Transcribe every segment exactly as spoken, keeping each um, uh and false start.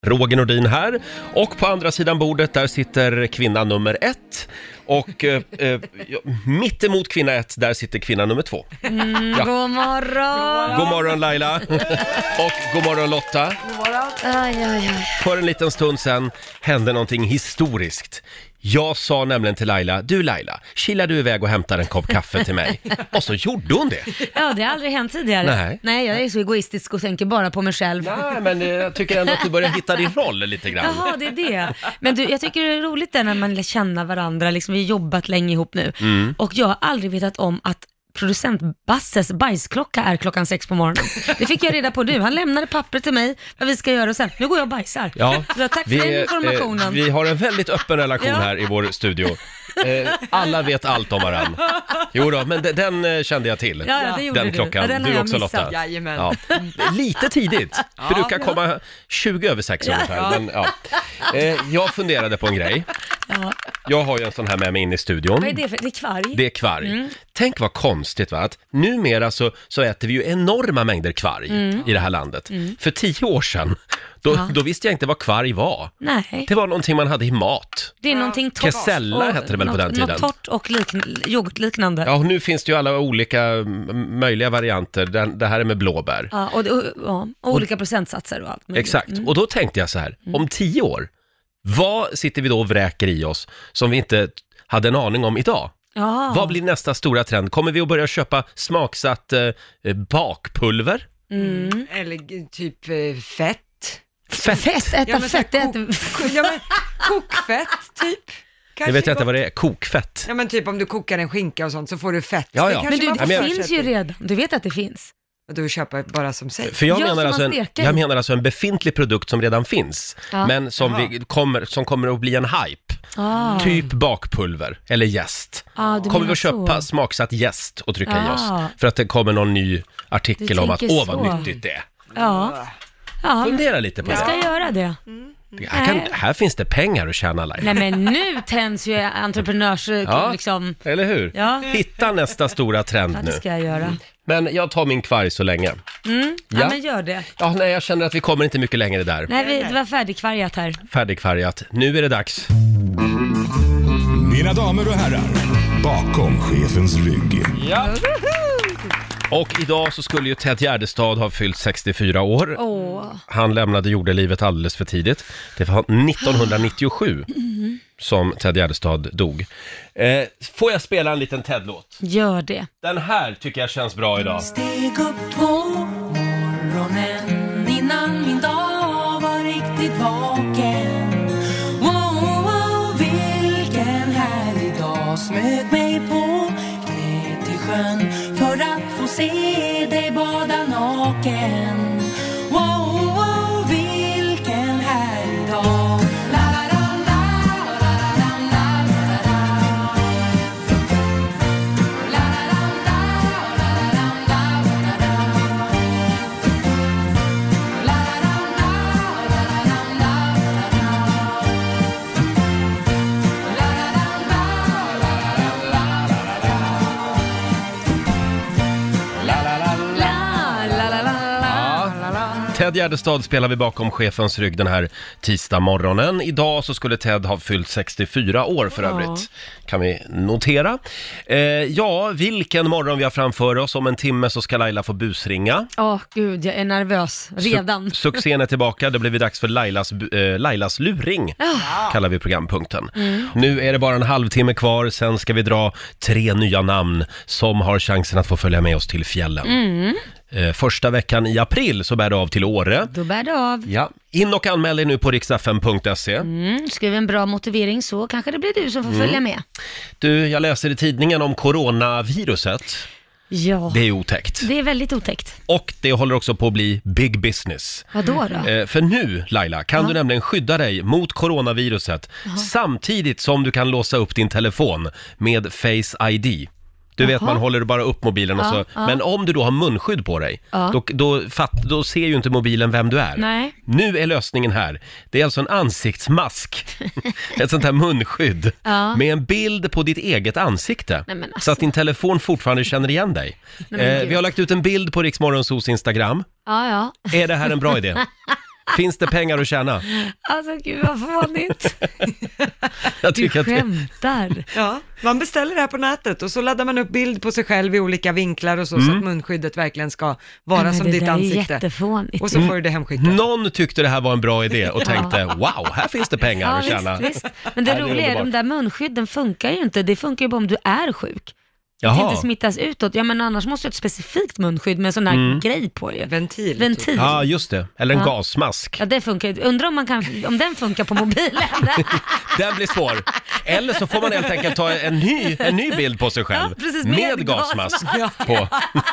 Roger Nordin här. Och på andra sidan bordet där sitter kvinna nummer ett. Och eh, eh, mitt emot kvinna ett, där sitter kvinna nummer två. Mm, ja. God morgon! God morgon Laila. Och god morgon Lotta. God morgon. Aj, aj, aj. För en liten stund sedan hände någonting historiskt. Jag sa nämligen till Laila, du Laila, kilar du iväg och hämtar en kopp kaffe till mig? Och så gjorde hon det. Ja, det har aldrig hänt tidigare. Nej. Nej, jag är så egoistisk och tänker bara på mig själv. Nej, men jag tycker ändå att du börjar hitta din roll lite grann. Jaha, det är det. Men du, jag tycker det är roligt där när man lär känna varandra. Liksom, vi har jobbat länge ihop nu. Mm. Och jag har aldrig vetat om att producent Basses bajsklocka är klockan sex på morgonen. Det fick jag reda på nu. Han lämnade papper till mig vad vi ska göra och sen, nu går jag och bajsar. Ja, så tack vi, för den informationen. Eh, vi har en väldigt öppen relation ja. här i vår studio. Eh, alla vet allt om varann. Jo då, men de, den eh, kände jag till. Ja, ja, det gjorde den klockan. Du, ja, den du också missat. Lotta. Ja. Lite tidigt. Det brukar komma tjugo över sex ja. ungefär. Men, ja. eh, jag funderade på en grej. Ja. Jag har ju en sån här med mig in i studion. Vad är det för? Det är kvarg. Det är kvarg. Mm. Tänk vad konstigt va? Att numera så, så äter vi ju enorma mängder kvarg mm. i det här landet. Mm. För tio år sedan, då, ja. då visste jag inte vad kvarg var. Nej. Det var någonting man hade i mat. Det är någonting torrt. Kesella hette det väl något, på den tiden. Något torrt och likn- yoghurtliknande. Ja, och nu finns det ju alla olika möjliga varianter. Det, det här är med blåbär. Ja, och, och, och, och olika procentsatser och allt. Exakt. Mm. Och då tänkte jag så här, mm. om tio år, vad sitter vi då och vräker i oss som vi inte hade en aning om idag? Ja. Vad blir nästa stora trend? Kommer vi att börja köpa smaksatt eh, bakpulver? Mm. Eller typ eh, fett. Fett? Fett? Äta ja, fett? Kok, ja, men kokfett typ. Kanske jag vet inte vad det är. Kokfett. Ja, men typ om du kokar en skinka och sånt så får du fett. Ja, ja. Men du, det men finns ju redan. Du vet att det finns. Du köper bara som säger. För jag menar, alltså en, jag menar alltså en befintlig produkt som redan finns. Ja. Men som, vi kommer, som kommer att bli en hype. Ah. Typ bakpulver eller jäst. Ah, kommer vi att köpa så. smaksatt jäst och trycka ah. i oss. För att det kommer någon ny artikel om att åh vad nyttigt det är. Ja. Ja. Fundera lite på jag det. Jag ska göra det. Mm. Här, kan, här finns det pengar att tjäna. Laila. Nej men nu tänds ju entreprenörs... Ja, liksom. Eller hur? Ja. Hitta nästa stora trend ja, nu. Det ska jag göra. Men jag tar min kvarg så länge. Mm. Ja. ja men gör det. Ja, nej, jag känner att vi kommer inte mycket längre där. Nej, vi, det var färdigkvargat här. Färdigkvargat. Nu är det dags. Mina damer och herrar, bakom chefens rygg. Ja. Och idag så skulle ju Ted Gärdestad ha fyllt sextiofyra år. Oh. Han lämnade jordelivet alldeles för tidigt. Det var nittonhundranittiosju mm. som Ted Gärdestad dog. Eh, får jag spela en liten Ted-låt? Gör det. Den här tycker jag känns bra idag. Steg upp på morgonen innan min dag var riktigt vaken. Wow, wow, vilken härlig dag. Smög mig på knä till sjön för att få se dig bada naken. Wow, wow, vilken härlig dag. La, la, la, la, la, la, la, la, la. La, la, la, la, la, la, la, la. La, la, la, la, la, la, la, la. La, la, la, la, la. Ted Gärdestad spelar vi bakom chefens rygg den här tisdag morgonen. Idag så skulle Ted ha fyllt sextiofyra år för övrigt. Ja. Kan vi notera. Eh, ja, vilken morgon vi har framför oss. Om en timme så ska Laila få busringa. Åh oh, gud, jag är nervös redan. Su- succén är tillbaka. Det blir dags för Lailas, eh, Lailas luring. Oh. Kallar vi programpunkten. Mm. Nu är det bara en halvtimme kvar. Sen ska vi dra tre nya namn som har chansen att få följa med oss till fjällen. Mm. Eh, första veckan i april så bär det av till Åre. Då bär det av. Ja. In och anmäl dig nu på riks f m punkt se. Mm, skriv en bra motivering så kanske det blir du som får mm. följa med. Du, jag läser i tidningen om coronaviruset. Ja. Det är otäckt. Det är väldigt otäckt. Och det håller också på att bli big business. Vadå då? Eh, för nu, Laila, kan ja. du nämligen skydda dig mot coronaviruset ja. samtidigt som du kan låsa upp din telefon med Face I D. Du vet, Jaha. man håller bara upp mobilen och ja, så. Ja. Men om du då har munskydd på dig, ja. då, då, fatt, då ser ju inte mobilen vem du är. Nej. Nu är lösningen här. Det är alltså en ansiktsmask. Ett sånt här munskydd. Ja. Med en bild på ditt eget ansikte. Nej, alltså. Så att din telefon fortfarande känner igen dig. Nej, eh, vi har lagt ut en bild på Riksmorgonsos Instagram. Ja, ja. Är det här en bra idé? Finns det pengar att tjäna? Alltså gud vad fånigt. Jag Du tycker att det... skämtar. Ja, man beställer det här på nätet och så laddar man upp bild på sig själv i olika vinklar och så, så att munskyddet verkligen ska vara Men som det ditt där är ansikte. jättefånigt. Och så får du det hemskickat. Någon tyckte det här var en bra idé och tänkte, wow, här finns det pengar Ja, att tjäna. visst, visst. Men det Ja, det är roliga är, de underbart. där munskydden funkar ju inte. Det funkar ju bara om du är sjuk. Det Jaha. inte smittas utåt. Ja, men annars måste du ha ett specifikt munskydd med en sån där grej på ju. Ventil. Ventil. Ja, just det. Eller en Ja. gasmask. Ja, det funkar ju. Undrar om, man kan, om den funkar på mobilen. Den blir svår. Eller så får man helt enkelt ta en ny, en ny bild på sig själv. Ja, precis, med, med gasmask. gasmask. På.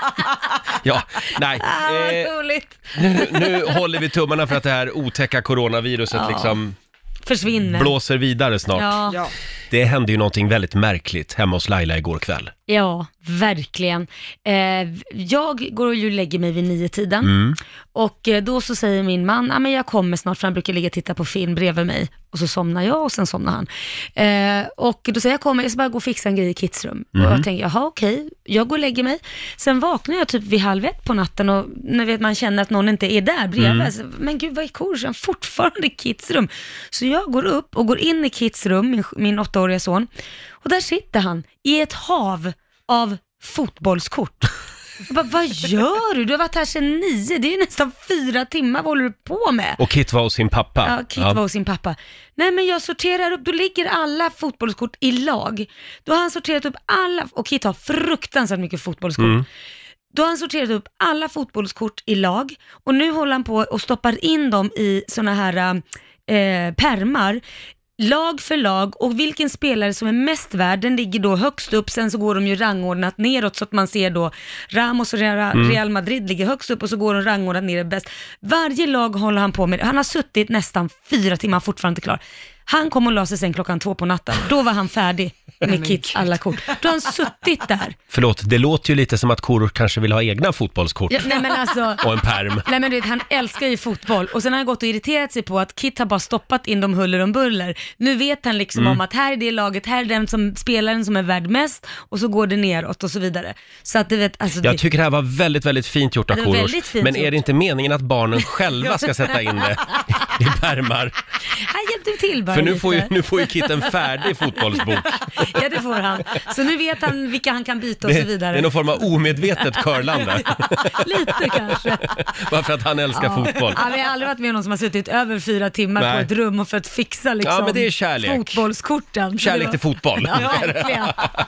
Ja, nej. Ah, Eh, vad roligt. nu, nu håller vi tummarna för att det här otäcka coronaviruset Ja. liksom Försvinner. blåser vidare snart. Ja. Ja. Det hände ju någonting väldigt märkligt hemma hos Laila igår kväll. Ja, verkligen. Eh, jag går och ju lägger mig vid nio tiden Mm. och eh, då så säger min man, ah, men jag kommer snart, för han brukar ligga och titta på film bredvid mig, och så somnar jag och sen somnar han. Eh, och då säger jag, kommer, jag ska bara gå och fixa en grej i Kits rum. Mm. Och jag tänker, jaha okej, jag går och lägger mig. Sen vaknar jag typ vid halv ett på natten och när vet man känner att någon inte är där bredvid. Mm. Så, men gud vad är korsen? Fortfarande i Kits rum. Så jag går upp och går in i Kits rum, min, min åttaåriga son, och där sitter han i ett hav av fotbollskort. Jag bara, vad gör du? Du har varit här sedan nio, det är ju nästan fyra timmar, vad håller du på med? Och Kit var hos sin pappa. Ja, Kit var hos sin pappa. Nej, men jag sorterar upp, då ligger alla fotbollskort i lag. Då har han sorterat upp alla, och Kit har fruktansvärt mycket fotbollskort. Mm. Då har han sorterat upp alla fotbollskort i lag, och nu håller han på och stoppar in dem i såna här eh, pärmar, lag för lag, och vilken spelare som är mest värd, den ligger då högst upp. Sen så går de ju rangordnat neråt, så att man ser då Ramos och Real Real Madrid ligger högst upp, och så går de rangordnat ner bäst. Varje lag håller han på med. Han har suttit nästan fyra timmar, fortfarande inte klar. Han kom och la sig sen klockan två på natten. Då var han färdig med Kits alla kort. Då har han suttit där. Förlåt, det låter ju lite som att Koro kanske vill ha egna fotbollskort. Ja, nej men alltså... Och en perm. Nej men du vet, han älskar ju fotboll, och sen har han gått och irriterat sig på att Kit har bara stoppat in dem huller om buller. Nu vet han liksom Mm. om att här är det laget, här är den som spelaren som är värd mest, och så går det neråt och så vidare. Så att du vet, alltså Jag det, tycker det här var väldigt, väldigt fint gjort av Ja, det var Korosh. väldigt fint Men är gjort. det inte meningen att barnen själva ska sätta in det i pärmar? han hjälpte till bara För nu lite. får, ju, nu får ju Kit en färdig fotbollsbok. Ja, det får han. Så nu vet han vilka han kan byta och Det, så vidare. det är någon form av omedvetet curlande. Lite kanske. Bara för att han älskar fotboll. Ja, vi har aldrig varit med någon som har suttit över fyra timmar Nej. på ett rum och för att fixa liksom Ja, men det är kärlek. fotbollskorten. Kärlek till fotboll. Ja, verkligen.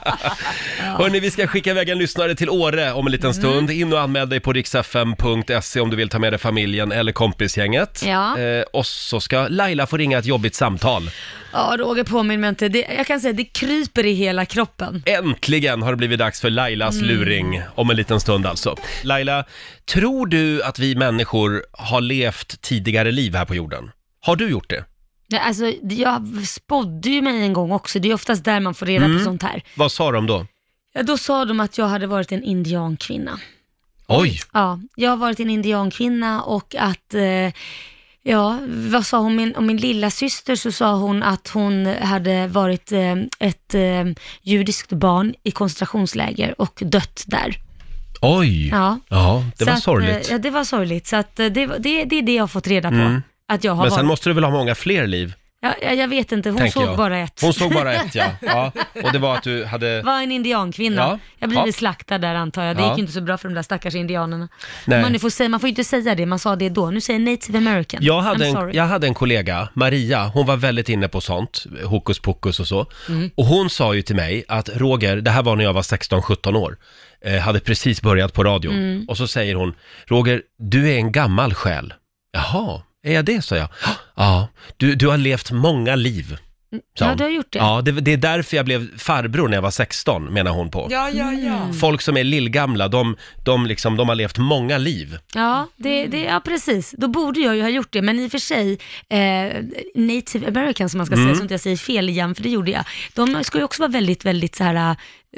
Hörrni, vi ska skicka iväg en lyssnare till Åre om en liten stund. In och anmäl dig på riksfm punkt se om du vill ta med dig familjen eller kompisgänget. Ja. Eh, och så ska Laila få ringa ett jobbigt samtal. Ja, Roger, påminn mig inte. Det, jag kan säga det kryper i hela kroppen. Äntligen har det blivit dags för Lailas Mm. luring om en liten stund alltså. Laila, tror du att vi människor har levt tidigare liv här på jorden? Har du gjort det? Ja, alltså, jag spådde ju mig en gång också. Det är oftast där man får reda Mm. på sånt här. Vad sa de då? Ja, då sa de att jag hade varit en indiankvinna. Oj! Ja, jag har varit en indiankvinna, och att... Eh, Ja, vad sa hon min, om min lilla syster, så sa hon att hon hade varit eh, ett eh, judiskt barn i koncentrationsläger och dött där. Oj! Ja, Ja, det så var att, sorgligt. eh, Ja, det var sorgligt. Så att, eh, det, det, det är det jag har fått reda på. Mm. Att jag har Men sen varit. måste du väl ha många fler liv? Ja, jag, jag vet inte, hon tänker såg jag. bara ett. Hon såg bara ett, ja. ja. Och det var att du hade... Var en indiankvinna. Ja. Jag blev Ja. slaktad där, antar jag. Det Ja. gick ju inte så bra för de där stackars indianerna. Nej. Man, nu får, säga, man får inte säga det, man sa det då. Nu säger native american. Jag hade, I'm en, sorry. jag hade en kollega, Maria, hon var väldigt inne på sånt, hokus pokus och så. Mm. Och hon sa ju till mig att Roger, det här var när jag var sexton sjutton år, eh, hade precis börjat på radion. Mm. Och så säger hon, Roger, du är en gammal själ. Jaha, är jag det, sa jag. Ja, du, du har levt många liv. sa Ja, hon. du har gjort det. Ja, det, det är därför jag blev farbror när jag var sexton, menar hon på. Ja, ja, ja. Folk som är lillgamla, de, de, liksom, de har levt många liv. Ja, det, det, ja, precis. Då borde jag ju ha gjort det, men i och för sig, eh, native american som man ska Mm. säga, så att jag säger fel igen, för det gjorde jag. De ska ju också vara väldigt, väldigt så här, eh,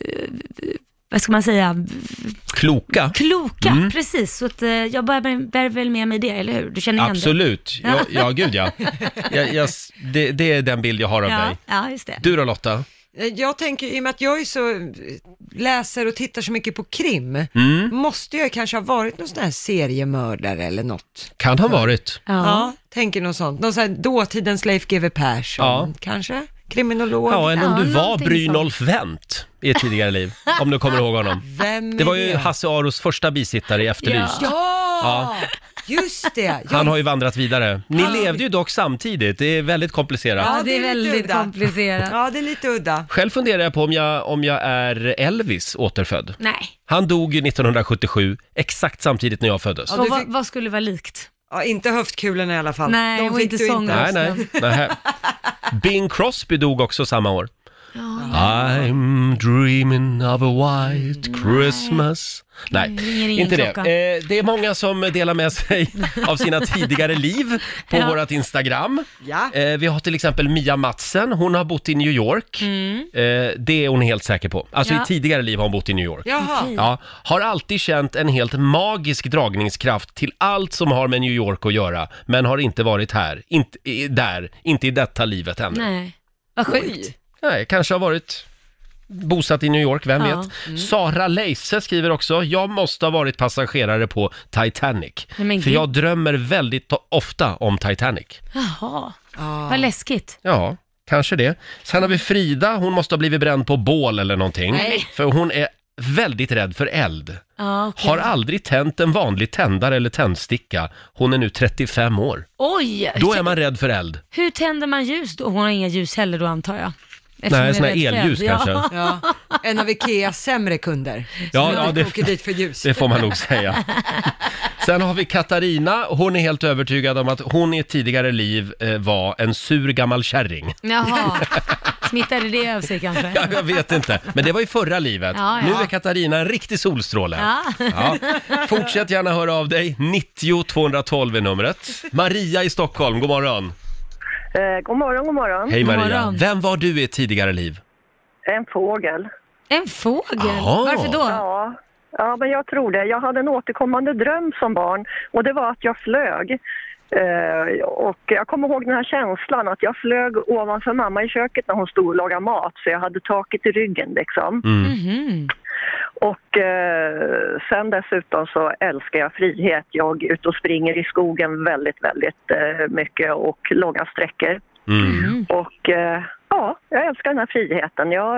vad ska man säga, Kloka. kloka, Mm. precis. Så att, eh, jag bär, bär väl med mig det, eller hur? Du känner igen Absolut. Ja, ja, gud ja. Jag, jag, det, det är den bild jag har det? av Ja, dig. ja, just det. Du då, Lotta? Jag tänker, i och med att jag är så läser och tittar så mycket på krim, Mm. måste jag kanske ha varit någon sån här seriemördare eller något. Kan ha varit. Ja, Ja. tänker något sånt. Någon sån här dåtidens Leif G W Persson, Ja. kanske? Kriminolog? Ja, eller om Ja, du var någonting Brynolf Wendt i ett tidigare liv. Om du kommer ihåg honom. Vem Det var är ju Hasse Aros första bisittare i Efterlyst. Ja, Ja. just det. Han Jag- har ju vandrat vidare. Ni levde ju dock samtidigt, det är väldigt komplicerat. Ja, Ja, det är det är lite väldigt udda. komplicerat. Ja, det är lite udda. Själv funderar jag på om jag, om jag är Elvis återfödd. Nej. Han dog ju nittonhundrasjuttiosju, exakt samtidigt när jag föddes. Ja, Och du vad, fick- vad skulle vara likt? Ja, inte höftkulorna i alla fall. Nej, De och fick inte du sången. Nej, nej. nej. Bing Crosby dog också samma år. I'm dreaming of a white Christmas. Nej, Det ringer ingen inte det. klocka. Eh, det är många som delar med sig av sina tidigare liv på Ja. vårt Instagram. Ja. Eh, vi har till exempel Mia Madsen, hon har bott i New York. Eh, det är hon helt säker på. Alltså Ja. i tidigare liv har hon bott i New York. Jaha. Okej. Ja, har alltid känt en helt magisk dragningskraft till allt som har med New York att göra, men har inte varit här, inte i- där, inte i detta livet ännu. Nej, Nej. Vad sjukt. kanske har varit bosatt i New York, vem Ja. vet. Sara Leise skriver också, jag måste ha varit passagerare på Titanic. Nej, men För gud. jag drömmer väldigt to- ofta om Titanic. Jaha, Ja. vad läskigt. Ja, kanske det. Sen har vi Frida, hon måste ha blivit bränd på bål eller någonting. Nej. För hon är väldigt rädd för eld. Ja, okej. Har aldrig tänt en vanlig tändare eller tändsticka. Hon är nu trettiofem år. Oj! Då är man rädd för eld. Hur tänder man ljus då? Hon har inga ljus heller då, antar jag. Eftersom Nej, jag är såna här rädd för elljus eld. kanske. Ja. Ja, en av Ikeas sämre kunder. Ja, Som ja, inte det- åker dit för ljus. Det får man nog säga. Sen har vi Katarina. Hon är helt övertygad om att hon i ett tidigare liv eh, var en sur gammal kärring. Jaha, smittade det av sig kanske? Ja, jag vet inte. Men det var i förra livet. Ja, ja. Nu är Katarina en riktig solstråle. Ja. Ja. Fortsätt gärna höra av dig. nittio tvåhundratolv är numret. Maria i Stockholm, god morgon. Eh, god morgon, god morgon. Hej God Maria. morgon. Vem var du i ett tidigare liv? En fågel. En fågel? Jaha. Varför då? Ja, ja, men jag tror det. Jag hade en återkommande dröm som barn och det var att jag flög. Eh, och jag kommer ihåg den här känslan att jag flög ovanför mamma i köket när hon stod och lagade mat, så jag hade taket i ryggen liksom. Mm. Mhm. Och eh, sen dessutom så älskar jag frihet. Jag är ute och springer i skogen väldigt, väldigt eh, mycket och långa sträckor. Mm. Och eh, ja, jag älskar den här friheten. Jag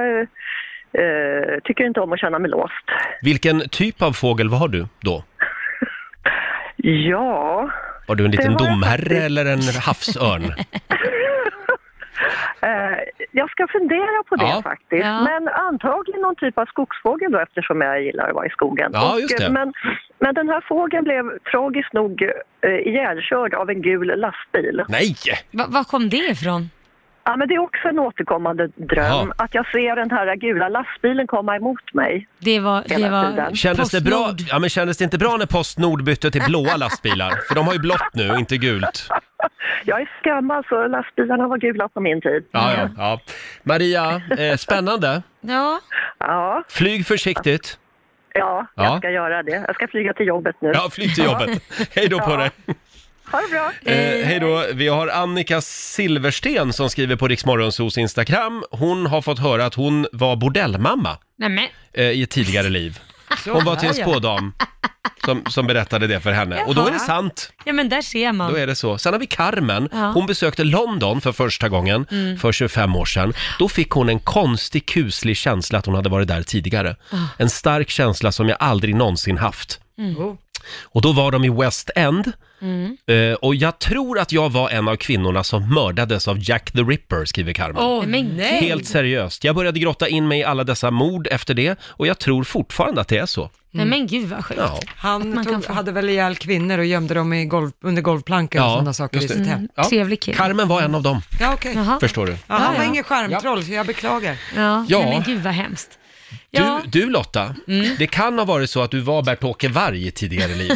eh, tycker inte om att känna mig låst. Vilken typ av fågel var du då? Ja, Var du en liten Det var jag domherre faktiskt. eller en havsörn? eh, jag ska fundera på det Ja. faktiskt. Ja. Men antagligen någon typ av skogsfågel då, eftersom jag gillar att vara i skogen. Ja, Och, just det. eh, Men, men den här fågeln blev tragiskt nog eh, ihjälkörd av en gul lastbil. Nej! Va- Var kom det ifrån? Ja, men det är också en återkommande dröm. Jaha. Att jag ser den här gula lastbilen komma emot mig. Det var, det Hela var tiden. Kändes det, bra, Postnord. ja, men kändes det inte bra när Postnord bytte till blåa lastbilar? För de har ju blått nu, inte gult. Jag är så gammal så lastbilarna var gula på min tid. Ja, ja, ja. Maria, eh, spännande. Ja, Ja, Flyg försiktigt. ja, Ja. jag ska göra det. Jag ska flyga till jobbet nu. Ja, flyg till jobbet. Hej då på Ja. dig. Ha det bra. Eh, hej då. Vi har Annika Silversten som skriver på Riksmorgonsos Instagram. Hon har fått höra att hon var bordellmamma nämen. eh, i ett tidigare liv. Hon var till en spådam som, som berättade det för henne. Och då är det sant. Ja, men där ser man. Då är det så. Sen har vi Carmen. Ja. Hon besökte London för första gången för tjugofem år sedan. Då fick hon en konstig, kuslig känsla att hon hade varit där tidigare. En stark känsla som jag aldrig någonsin haft. Oh. Och då var de i West End. Eh, och jag tror att jag var en av kvinnorna som mördades av Jack the Ripper, skriver Carmen. Åh, Men nej! Helt seriöst. Jag började grotta in mig i alla dessa mord efter det. Och jag tror fortfarande att det är så. Nej, men gud vad sjukt. Ja. Han Man kan tog, få- hade väl ihjäl kvinnor och gömde dem i golv, under golvplankor och Ja, sådana saker i just det. sitt hem. Mm, Ja. trevlig kille. Carmen var en av dem, Ja, okej. Jaha. förstår du. Ja, han Ja, var ja. ingen skärmtroll, så jag beklagar. Ja, Ja. Nej, men gud vad hemskt. Ja, Du, du Lotta, det kan ha varit så att du var Bert-Åke Varg i tidigare liv.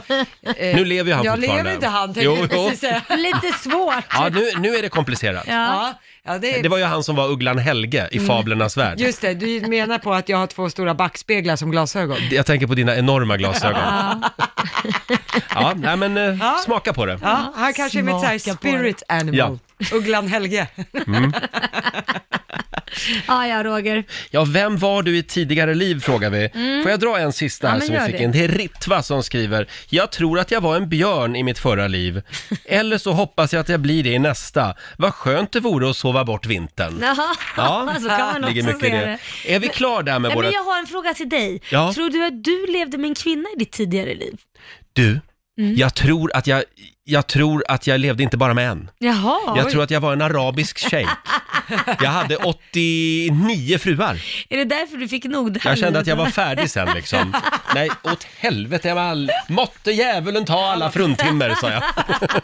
Nu lever ju han Jag fortfarande. lever inte han, tänkte Jo, jag jo. precis säga. lite svårt. Ja, nu, nu är det komplicerat. Ja. Ja, ja det, Det var ju han som var Ugglan Helge i Fablernas värld. just det, du menar på att jag har två stora backspeglar som glasögon. Jag tänker på dina enorma glasögon. Ja. Ja, nej, men eh, Ja. smaka på det. Ja, han kanske är mitt så här Smaka på spirit animal. Ugglan Helge. Ja, ja, Roger. Ja, vem var du i tidigare liv, frågar vi. Mm. Får jag dra en sista här ja, som vi fick det. in? Det är Ritva som skriver: jag tror att jag var en björn i mitt förra liv. Eller så hoppas jag att jag blir det i nästa. Vad skönt det vore att sova bort vintern. Jaha, ja, så kan man också mycket se det. det. Är vi klar där med Nej, våra... men jag har en fråga till dig. Ja? Tror du att du levde med en kvinna i ditt tidigare liv? Du, Mm. jag tror att jag... Jag tror att jag levde inte bara med en. Jaha. Jag tror att jag var en arabisk tjej. Jag hade åttionio fruar. Är det därför du fick nog? Jag kände att jag var färdig sen liksom. Nej, åt helvete, jag var all... måtte djävulen ta alla fruntimmer, sa jag.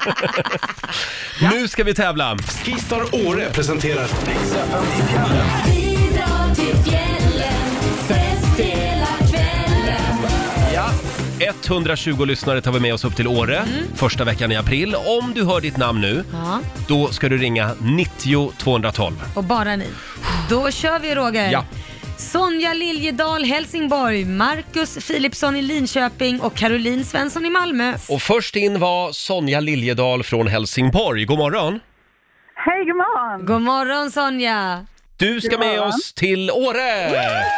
Nu ska vi tävla. Skistar Åre presenterar Rix F M i fjällen. Bidra till fjällen, fest hela kvällen. Ja. etthundratjugo lyssnare tar vi med oss upp till Åre mm. första veckan i april. Om du hör ditt namn nu, ja. då ska du ringa nittio tvåhundratolv. Och bara ni. Då kör vi, Roger. Ja. Sonja Liljedal, Helsingborg, Marcus Philipsson i Linköping och Caroline Svensson i Malmö. Och först in var Sonja Liljedal från Helsingborg. God morgon. Hej, god morgon. God morgon, Sonja. Du ska med oss till Åre.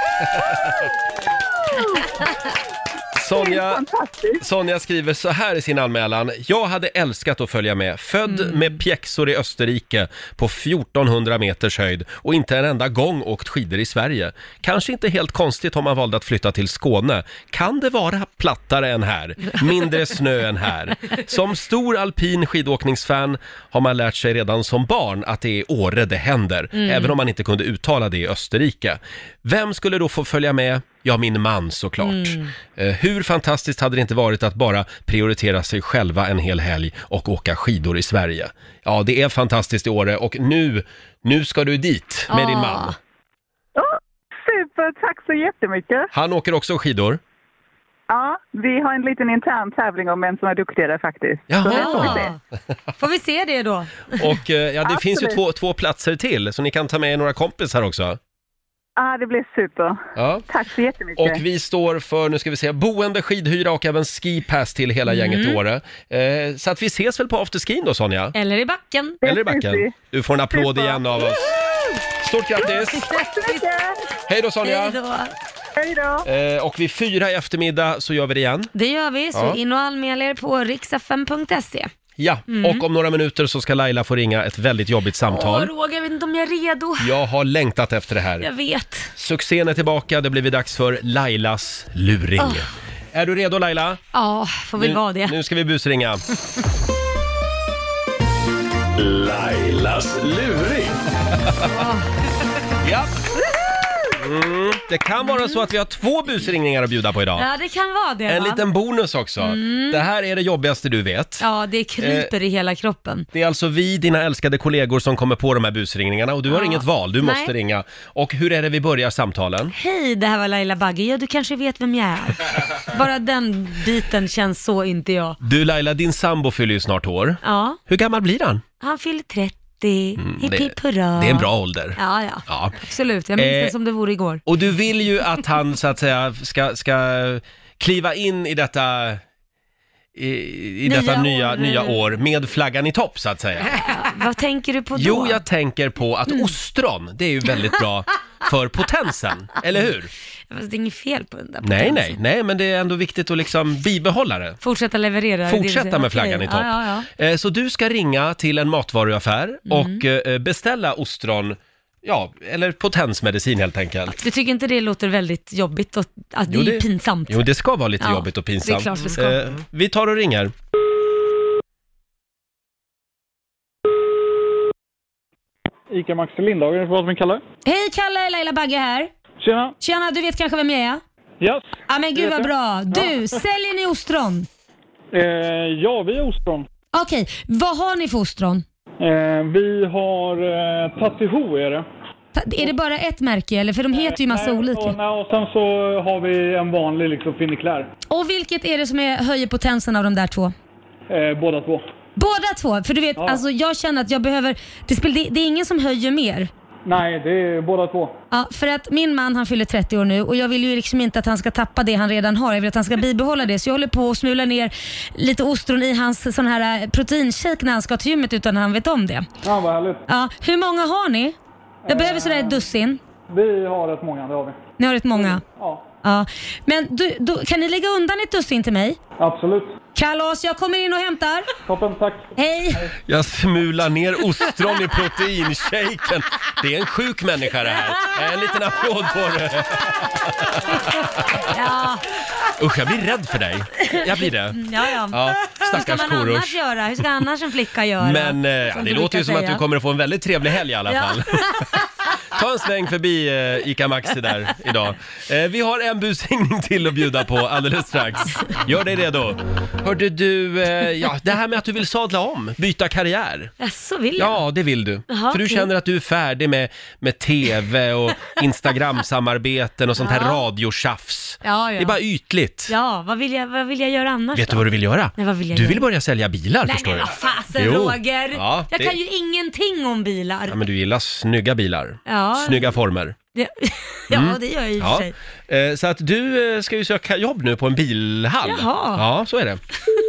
Sonja, Sonja skriver så här i sin anmälan: jag hade älskat att följa med. Född mm. med pjäxor i Österrike på fjortonhundra meters höjd och inte en enda gång åkt skidor i Sverige. Kanske inte helt konstigt om man valde att flytta till Skåne. Kan det vara plattare än här? Mindre snö än här? Som stor alpin skidåkningsfan har man lärt sig redan som barn att det är Åre det händer. Mm. Även om man inte kunde uttala det i Österrike. Vem skulle då få följa med? Ja, min man såklart. Mm. Eh, hur fantastiskt hade det inte varit att bara prioritera sig själva en hel helg och åka skidor i Sverige? Ja, det är fantastiskt i Åre och nu, nu ska du dit med ah. din man. Oh, super, tack så jättemycket. Han åker också skidor? Ja, vi har en liten intern tävling om en som är duktigare faktiskt. Jaha. Så det får vi se. Får vi se det då? Och eh, ja, det Absolut. finns ju två, två platser till, så ni kan ta med några kompisar också. Ja, ah, det blir super. Ja. Tack så jättemycket. Och vi står för, nu ska vi se, boende, skidhyra och även skipass till hela mm. gänget i Åre. Eh, så att vi ses väl på afterskin då, Sonja? Eller i backen. Eller i backen. Du får en applåd super. igen av oss. Stort grattis! Hej då, Sonja! Hej då! Hej då! Eh, och vid fyra i eftermiddag så gör vi det igen. Det gör vi, så ja. in och anmäl er på riks f m punkt se. Ja, mm. och om några minuter så ska Laila få ringa ett väldigt jobbigt samtal. Åh, Roger, jag vet inte om jag är redo. Jag har längtat efter det här. Jag vet. Succén är tillbaka, det blir dags för Lailas luring. Oh. Är du redo, Laila? Ja, får väl nu, vara det. Nu ska vi busringa. Lailas luring. Oh. Ja. Mm, det kan vara så att vi har två busringningar att bjuda på idag. Ja, det kan vara det. En va? liten bonus också. Mm. Det här är det jobbigaste du vet. Ja, det kryper eh, i hela kroppen. Det är alltså vi, dina älskade kollegor, som kommer på de här busringningarna. Och du ja. har inget val, du Nej. måste ringa. Och hur är det vi börjar samtalen? Hej, det här var Laila Bagge. Ja, du kanske vet vem jag är. Bara den biten känns så, inte jag. Du Laila, din sambo fyller ju snart år. Ja. Hur gammal blir han? Han fyller trettio. Mm, det, det är en bra ålder. Ja, ja, ja. Absolut. Jag minns eh, det som det vore igår. Och du vill ju att han så att säga ska, ska kliva in i detta i, i nya detta nya, nya år med flaggan i topp, så att säga. Ja, vad tänker du på då? Jo, jag tänker på att mm. ostron, det är ju väldigt bra för potensen, eller hur? Fast det är inget fel på den där nej, potensen. nej, nej, men det är ändå viktigt att liksom bibehålla det. Fortsätta leverera. Fortsätta med flaggan okay. i topp. Ja, ja, ja. Så du ska ringa till en matvaruaffär mm. och beställa ostron. Ja, eller potensmedicin helt enkelt. Du tycker inte det låter väldigt jobbigt och att jo, det är pinsamt? Jo, det ska vara lite ja, jobbigt och pinsamt. Det är klart det ska. Eh, vi tar och ringer. Ica Maxi Lindhagen, vad man kallar. Hej Kalle, Laila Bagge här. Tjena. Tjena, du vet kanske vem jag är? Yes. Ja, men gud vad bra. Du, ja. Säljer ni ostron? Eh, ja, vi är ostron. Okej, okay. Vad har ni för ostron? Eh, vi har eh, Tassiho är det. Ta- är det bara ett märke eller? För de heter ju massa nej, olika. Och, nej, och sen så har vi en vanlig liksom Finiclär. Och vilket är det som är, höjer potensen av de där två? Eh, båda två. Båda två? För du vet, ja. alltså jag känner att jag behöver... Det, spel, det, det är ingen som höjer mer. Nej, det är båda två. Ja, för att min man, han fyller trettio år nu och jag vill ju liksom inte att han ska tappa det han redan har. Jag vill att han ska bibehålla det. Så jag håller på att smula ner lite ostron i hans sån här proteinshake när han ska till gymmet utan han vet om det. Ja, vad härligt. Ja, hur många har ni? Jag behöver sådär ett dussin. Vi har rätt många, det har vi. Ni har rätt många? Ja. Ja. Men du, du, kan ni lägga undan ett dussin till mig? Absolut. Kalas, jag kommer in och hämtar. Toppen, tack. Hej. Jag smular ner ostron i proteinshaken. Det är en sjuk människa det här. En liten applåd på det. Ja. Usch, jag blir rädd för dig. Jag blir det. Ja, ja. Ja, Hur stackars ska man Korosh. annars göra? Hur ska annars en flicka göra? Men eh, Som det du låter ju brukar som säga. att du kommer att få en väldigt trevlig helg i alla Ja. fall. Ta en sväng förbi eh, Ica Maxi där idag. Eh, vi har en busringning till att bjuda på alldeles strax. Gör dig redo. Hörde du, eh, ja, det här med att du vill sadla om, byta karriär. Ja, så vill jag. Ja, det vill du. Jaha, För du okej. känner att du är färdig med, med tv och Instagram-samarbeten och sånt här Ja. radiotjafs. Ja, ja. Det är bara ytligt. Ja, vad vill jag, vad vill jag göra annars Vet då? du vad du vill göra? Nej, vad vill jag du göra? vill börja sälja bilar, Nej, förstår men du. vad fasen, Jo. Roger. Ja, jag det- kan ju ingenting om bilar. Ja, men du gillar snygga bilar. Ja. Snygga former. Det, ja, Mm. det gör jag i och för Ja. sig. Eh, Så att du eh, ska ju söka jobb nu på en bilhall. Jaha. Ja, så är det.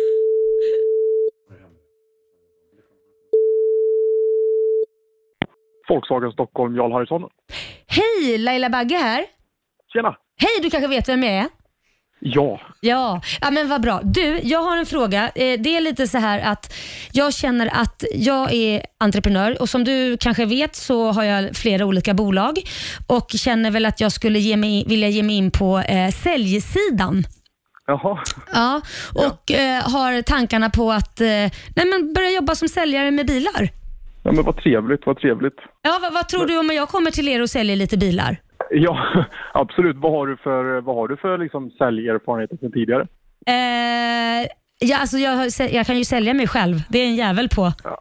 Volkswagen Stockholm, Jarl Harrison. Hej, Laila Bagge här. Tjena. Hej, du kanske vet vem jag är? Ja. Ja, ja men vad bra. Du, jag har en fråga. Eh, Det är lite så här att jag känner att jag är entreprenör och som du kanske vet så har jag flera olika bolag och känner väl att jag skulle ge mig, vilja ge mig in på eh, säljsidan. Jaha. Ja, och eh, har tankarna på att eh, nej, men börja jobba som säljare med bilar. Ja, men vad trevligt, vad trevligt. Ja, vad, vad tror du om jag kommer till er och säljer lite bilar? Ja, absolut. Vad har du för, vad har du för liksom säljerfarenheter sedan tidigare? Eh, ja, alltså jag, har- jag kan ju sälja mig själv. Det är en jävel på. Ja.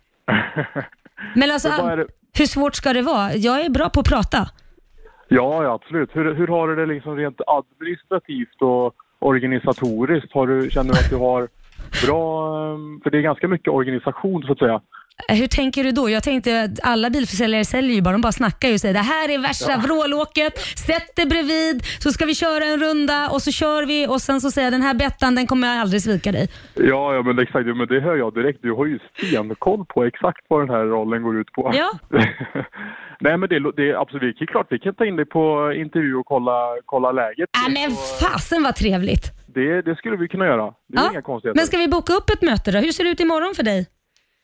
Men alltså, Men vad är det- hur svårt ska det vara? Jag är bra på att prata. Ja, ja, absolut. Hur, hur har du det liksom rent administrativt och organisatoriskt? Har du, känner du att du har bra... ehm, För det är ganska mycket organisation, så att säga. Eh, Hur tänker du då? Jag tänkte att alla bilförsäljare säljer ju bara. De bara snackar ju och säger det här är värsta vrålåket. Sätt det bredvid så ska vi köra en runda och så kör vi och sen så säger jag den här bettan den kommer jag aldrig svika dig. Ja, ja, men exakt. Men det hör jag direkt. Du har ju stenkoll på exakt vad den här rollen går ut på. Ja. Nej, men det, det är absolut det är klart. Vi kan ta in dig på intervju och kolla, kolla läget. Ja, men fasen vad trevligt. Det, det skulle vi kunna göra. Det är Ja. inga konstigheter. Men ska vi boka upp ett möte då? Hur ser det ut imorgon för dig?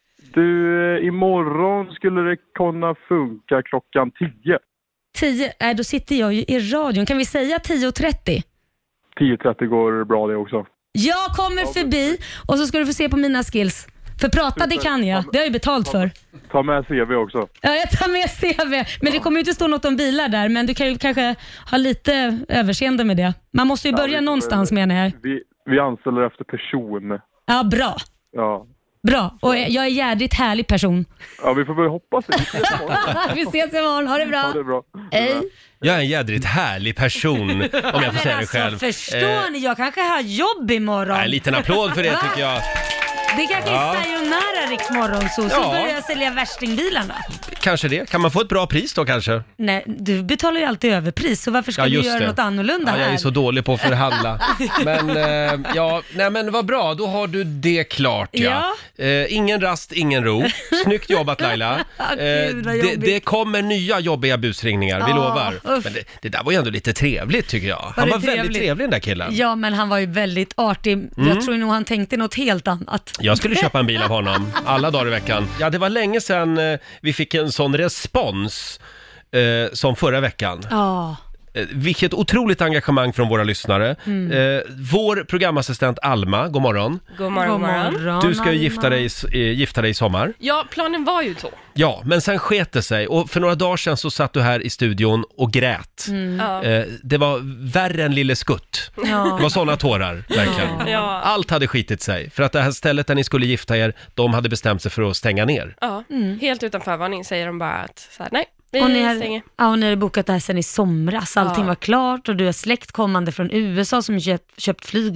Du, imorgon skulle det kunna funka klockan tio. tio? Nej, då sitter jag ju i radion. Kan vi säga tio och trettio? tio trettio går bra det också. Jag kommer förbi och så ska du få se på mina skills. För prata det kan jag. Det har jag ju betalt för. Ta med C V också. Ja, jag tar med C V. Men det kommer ju inte stå något om bilar där. Men du kan ju kanske ha lite överseende med det. Man måste ju Ja, börja vi- någonstans menar jag. Vi, vi anställer efter person. Ja, bra. Ja. Bra. Och jag är en jädrigt härlig person. Ja, vi får väl hoppas det. Vi ses imorgon. Vi ses imorgon. Ha det bra. Ha det bra. Hej. Jag är en jädrigt härlig person, om jag får Men säga det alltså, själv. förstår Eh, ni? Jag kanske har jobb imorgon. En liten applåd för det Va? tycker jag. Det kanske är Ja. sayonara Riks Morgonzoo. Så Ja. börjar jag sälja värstingbilarna. Kanske det. Kan man få ett bra pris då kanske? Nej, du betalar ju alltid överpris. Så varför ska Ja, du just göra det. något annorlunda Ja, jag här? är så dålig på att förhandla. Men, eh, ja, nej men vad bra, då har du det klart ja. Eh, ingen rast, ingen ro. Snyggt jobbat Laila. Ah, Eh, gud, vad det, jobbigt. det kommer nya jobbiga busringningar, vi Ja, lovar. uff. Men det, det där var ju ändå lite trevligt tycker jag. Han det var väldigt trevligt? trevlig den där killen. Ja, men han var ju väldigt artig. Mm. Jag tror nog han tänkte något helt annat. Jag skulle köpa en bil av honom, alla dagar i veckan. Ja, det var länge sedan eh, vi fick en sån respons eh, som förra veckan. Ja. Eh, vilket otroligt engagemang från våra lyssnare. Mm. Eh, vår programassistent Alma, god morgon. God morgon, god morgon. Du ska ju gifta dig, eh, gifta dig i sommar. Ja, planen var ju så. Ja, men sen sket det sig och för några dagar sedan så satt du här i studion och grät. Mm. Ja. Eh, det var värre än Lille Skutt. Ja. Det var sådana tårar, verkligen. Ja. Allt hade skitit sig för att det här stället där ni skulle gifta er, de hade bestämt sig för att stänga ner. Ja, helt utan förvarning säger de bara att så här, nej, vi Och ni, hade, stänger. ja, och ni hade bokat det här sen i somras. Allting Ja. var klart och du har släkt kommande från U S A som köpt, köpt flygbiljett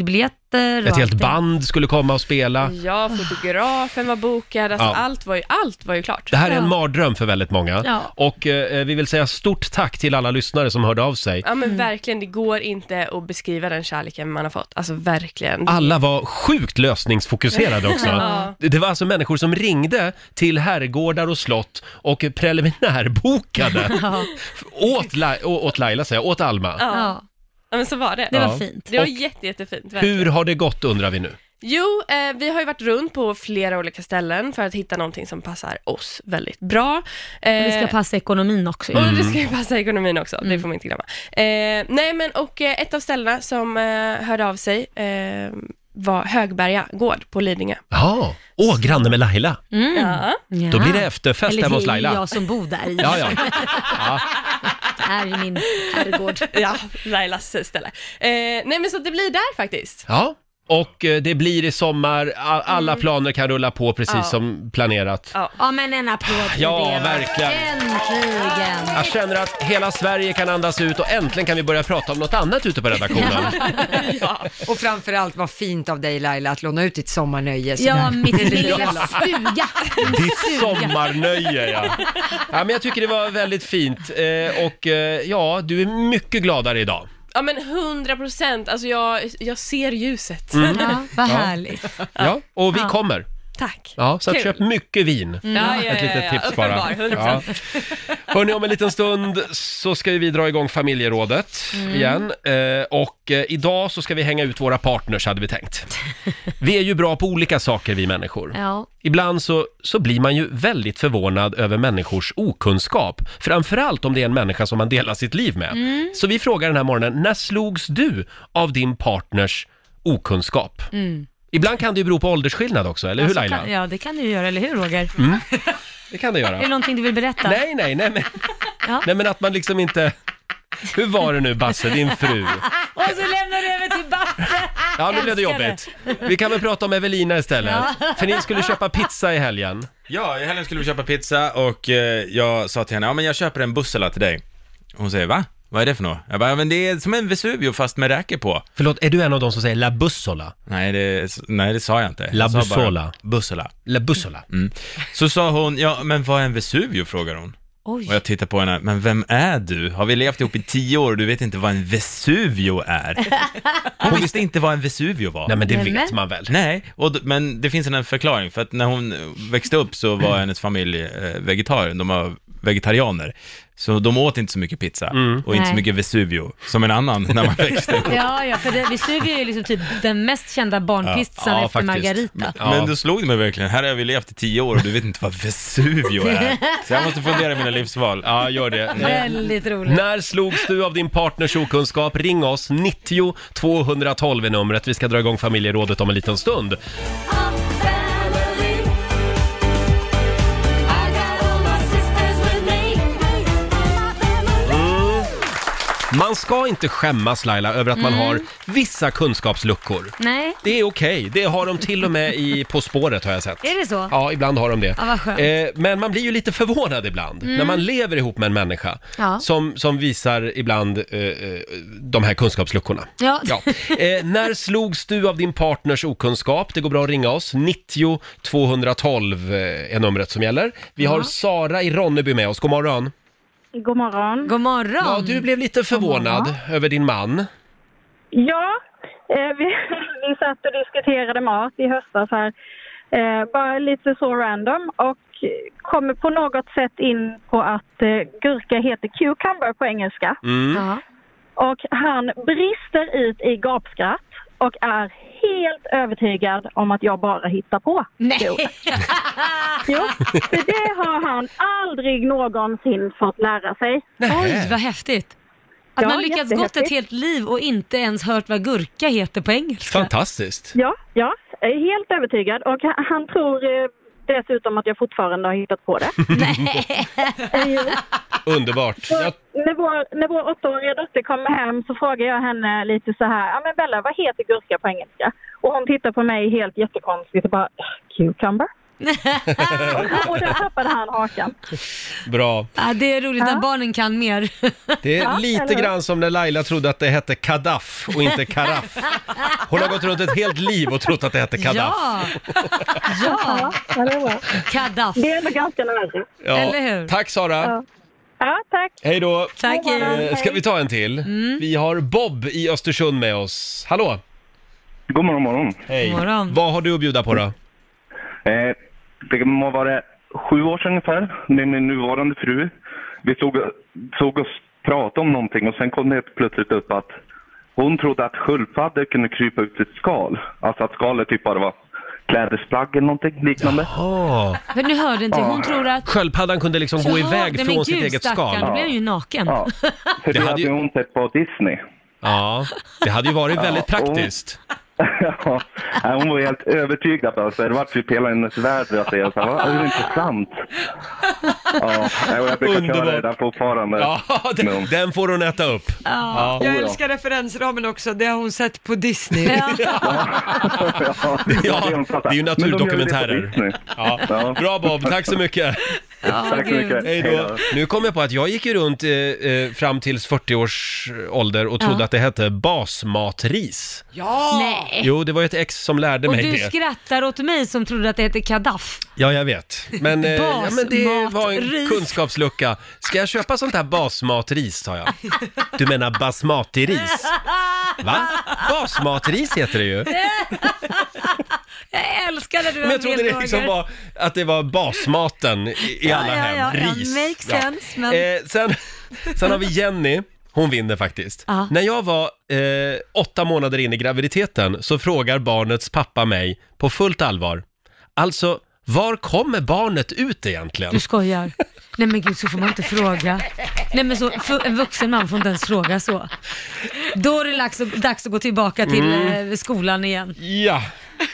teater. Ett och helt allt det. band skulle komma och spela. Ja, fotografen var bokad. Alltså Ja. allt, var ju, allt var ju klart. Det här är en Ja. mardröm för väldigt många. Ja. Och eh, vi vill säga stort tack till alla lyssnare som hörde av sig. Ja, men verkligen, det går inte att beskriva den kärleken man har fått. Alltså verkligen. Alla var sjukt lösningsfokuserade också. Ja. Det var alltså människor som ringde till herrgårdar och slott och preliminärbokade åt, La- åt Laila, säger jag, åt Alma. Ja. Ja, Ja, men så var det. det Ja. var fint. Det var Och jätte, jättefint. Verkligen. Hur har det gått, undrar vi nu? Jo, eh, vi har ju varit runt på flera olika ställen för att hitta någonting som passar oss väldigt bra. Eh, Och det ska passa ekonomin också. Och det ska ju passa ekonomin också, det får man inte glömma. Eh, nej men, och eh, ett av ställena som eh, hörde av sig eh, var Högberga gård på Lidingö. Ja, åh, granne med Laila. Mm. Ja. Ja. Då blir det efterfest Eller hemma hos det är Laila. jag som bor där i. Ja, ja. ja. Det här är min herrgård. Ja, Lailas ställe. Eh, nej men så det blir där faktiskt. Ja, och eh, det blir i sommar. A- Alla planer kan rulla på precis Ja. som planerat. Ja. Ja, men en applåd för Ja, det. verkligen. Äntligen. Jag känner att hela Sverige kan andas ut och äntligen kan vi börja prata om något annat ute på redaktionen. Ja. Och framförallt vad fint av dig Laila att låna ut ditt sommarnöje. Så Ja, där. mitt Det är lite lilla jävla- stuga. Ditt sommarnöje, ja. Ja, men jag tycker det var väldigt fint. Eh, och eh, ja, du är mycket gladare idag. Ja men hundra procent, alltså jag, jag ser ljuset. Mm. Ja, vad Ja. härligt. Ja, och vi Ja. kommer. Tack. Ja, så att Kul. köp mycket vin. Ja, ja, Ett ja, litet ja, tips bara. uppenbar, hundra procent. Hörrni, om en liten stund så ska ju vi dra igång familjerådet igen. Eh, och eh, idag så ska vi hänga ut våra partners, hade vi tänkt. Vi är ju bra på olika saker, vi människor. Ja. Ibland så, så blir man ju väldigt förvånad över människors okunskap. Framförallt om det är en människa som man delar sitt liv med. Så vi frågar den här morgonen, när slogs du av din partners okunskap? Mm. Ibland kan det ju bero på åldersskillnad också, eller hur Alltså, Laila? kan, ja, det kan du ju göra, eller hur Roger? Det kan det Är det göra. någonting du vill berätta? Nej, nej, nej men, Ja. nej men att man liksom inte... Hur var det nu, Basse, din fru? Och så lämnar du över till Basse. Ja, nu blev det Älskar jobbigt. Vi kan väl prata om Evelina istället. För ni skulle köpa pizza i helgen. Ja, i helgen skulle vi köpa pizza och eh, jag sa till henne, ja men jag köper en bussela till dig. Hon säger, va? Vad är det för något? Jag bara, ja, men det är som en Vesuvio fast med räker på. Förlåt, är du en av dem som säger la bussola? Nej, det, nej, det sa jag inte. La Jag sa bara bussola. Bussela. La bussola. Mm. Så sa hon, ja men vad är en Vesuvio, frågar hon. Oj. Och jag tittar på henne, men vem är du? Har vi levt ihop i tio år och du vet inte vad en Vesuvio är? Hon visste inte vad en Vesuvio var. Nej, men det Nej, vet men- man väl. Nej, och, d- men det finns en förklaring, för att när hon växte upp så var hennes familj eh, vegetarier, de var vegetarianer. Så de åt inte så mycket pizza och inte Nej. så mycket Vesuvio som en annan när man växte upp. Ja, ja, för det, Vesuvio är ju liksom typ den mest kända barnpizzan Ja, ja, efter faktiskt. Margarita. Ja. Men då slog det mig verkligen, här har vi levt i tio år och du vet inte vad Vesuvio är. Så jag måste fundera i mina livsval. Ja, gör det. Eh, Väldigt roligt. När slogs du av din partners okunskap? Ring oss, nittio tvåhundratolv är numret. Vi ska dra igång familjerådet om en liten stund. Man ska inte skämmas, Laila, över att man har vissa kunskapsluckor. Nej, Det är okej, det har de till och med i På spåret, har jag sett. är det så? Ja, ibland har de det. Ja, vad skönt. Eh, men man blir ju lite förvånad ibland när man lever ihop med en människa Ja. som, som visar ibland eh, eh, de här kunskapsluckorna. Ja. Ja. Eh, när slogs du av din partners okunskap? Det går bra att ringa oss. nittio tvåhundratolv eh, är numret som gäller. Vi har Sara i Ronneby med oss. God morgon. God morgon. God morgon. Ja, du blev lite förvånad över din man. Ja, eh, vi, vi satt och diskuterade mat i höstas här. Eh, bara lite så random och kommer på något sätt in på att eh, gurka heter cucumber på engelska. Mm. Ja. Och han brister ut i gapskratt och är helt övertygad om att jag bara hittar på. Nej. Jo, för det har han aldrig någonsin fått lära sig. Oj, vad häftigt. Att Ja, man lyckats gått jättehäftigt. ett helt liv och inte ens hört vad gurka heter på engelska. Fantastiskt. Ja, ja, jag är helt övertygad. Och han- han tror eh, dessutom att jag fortfarande har hittat på det. Eh, jo. Underbart. Jag, När vår, när vår åttaåriga dotter kommer hem så frågar jag henne lite så här, ja men Bella, vad heter gurka på engelska? Och hon tittar på mig helt jättekonstigt och bara, cucumber? och där tappade han hakan. Bra. Ja, det är roligt när barnen kan mer. Det är Ja, lite eller hur? grann som när Laila trodde att det hette Kaddaff och inte Karaff. Hon har gått runt ett helt liv och trott att det hette Kaddaff. Ja, ja. Ja, det är bra. Kaddaff. Det är ändå ganska nära. Ja. Eller hur? Tack Sara. Ja. Ja, tack. Hej då. Tack. Eh, ska vi ta en till? Mm. Vi har Bob i Östersund med oss. Hallå. God morgon, morgon. Hej. Morgon. Vad har du att bjuda på då? Eh, det må vara sju år sedan ungefär, med min nuvarande fru. Vi såg, såg oss prata om någonting och sen kom det plötsligt upp att hon trodde att sköldpaddor kunde krypa ut sitt skal. Alltså att skalet typ bara var klädesplagg eller någonting liknande. Jaha. Men nu hörde inte, hon tror att... Sköldpaddan kunde liksom gå Jaha, iväg nej, från men sitt gud, eget stackarn, skal. Då blev hon ju naken. Ja, för det, hade hade ju- ju hon sett på Disney. Ja, det hade ju varit väldigt Ja, och- praktiskt. Ja, nej, hon var helt övertygad. Alltså. Det var typ hela hennes värld. Jag säger så här, "Va, är det intressant?" Ja, och jag brukar Underbart. köra det där fortfarande. Ja, den, den får hon äta upp. Ja. Jag Oh, ja. älskar referensramen också, det har hon sett på Disney. Ja. Ja, Ja, hon sa så här, det är ju "Men de gör det på naturdokumentärer." Disney." Ja. Ja. Bra Bob, tack så mycket. Tack så gud. mycket. Hej då. Nu kom jag på att jag gick ju runt eh, eh, fram tills fyrtio års ålder och trodde Ja. att det hette basmatris. Ja! Nej. Jo, det var ju ett ex som lärde Och mig du det. skrattar åt mig som trodde att det hette Kaddaff. Ja, jag vet. Men, eh, ja, men det var en Basmatris. kunskapslucka. Ska jag köpa sånt här basmatris, sa jag. Du menar basmati-ris? Va? Basmatris heter det ju. Jag älskar när du Men har jag trodde fel det liksom frågor. var att det var basmaten i, i Ja, alla ja, hem. ja, ja, Ris. makes sense, men- Eh, sen, sen har vi Jenny. Hon vinner faktiskt. Ja. När jag var eh, åtta månader in i graviditeten så frågar barnets pappa mig på fullt allvar. Alltså, var kommer barnet ut egentligen? Du skojar. Nej men gud, så får man inte fråga. Nej men så, för, en vuxen man får inte ens fråga så. Då är det dags att, dags att gå tillbaka till Mm. eh, skolan igen. Ja.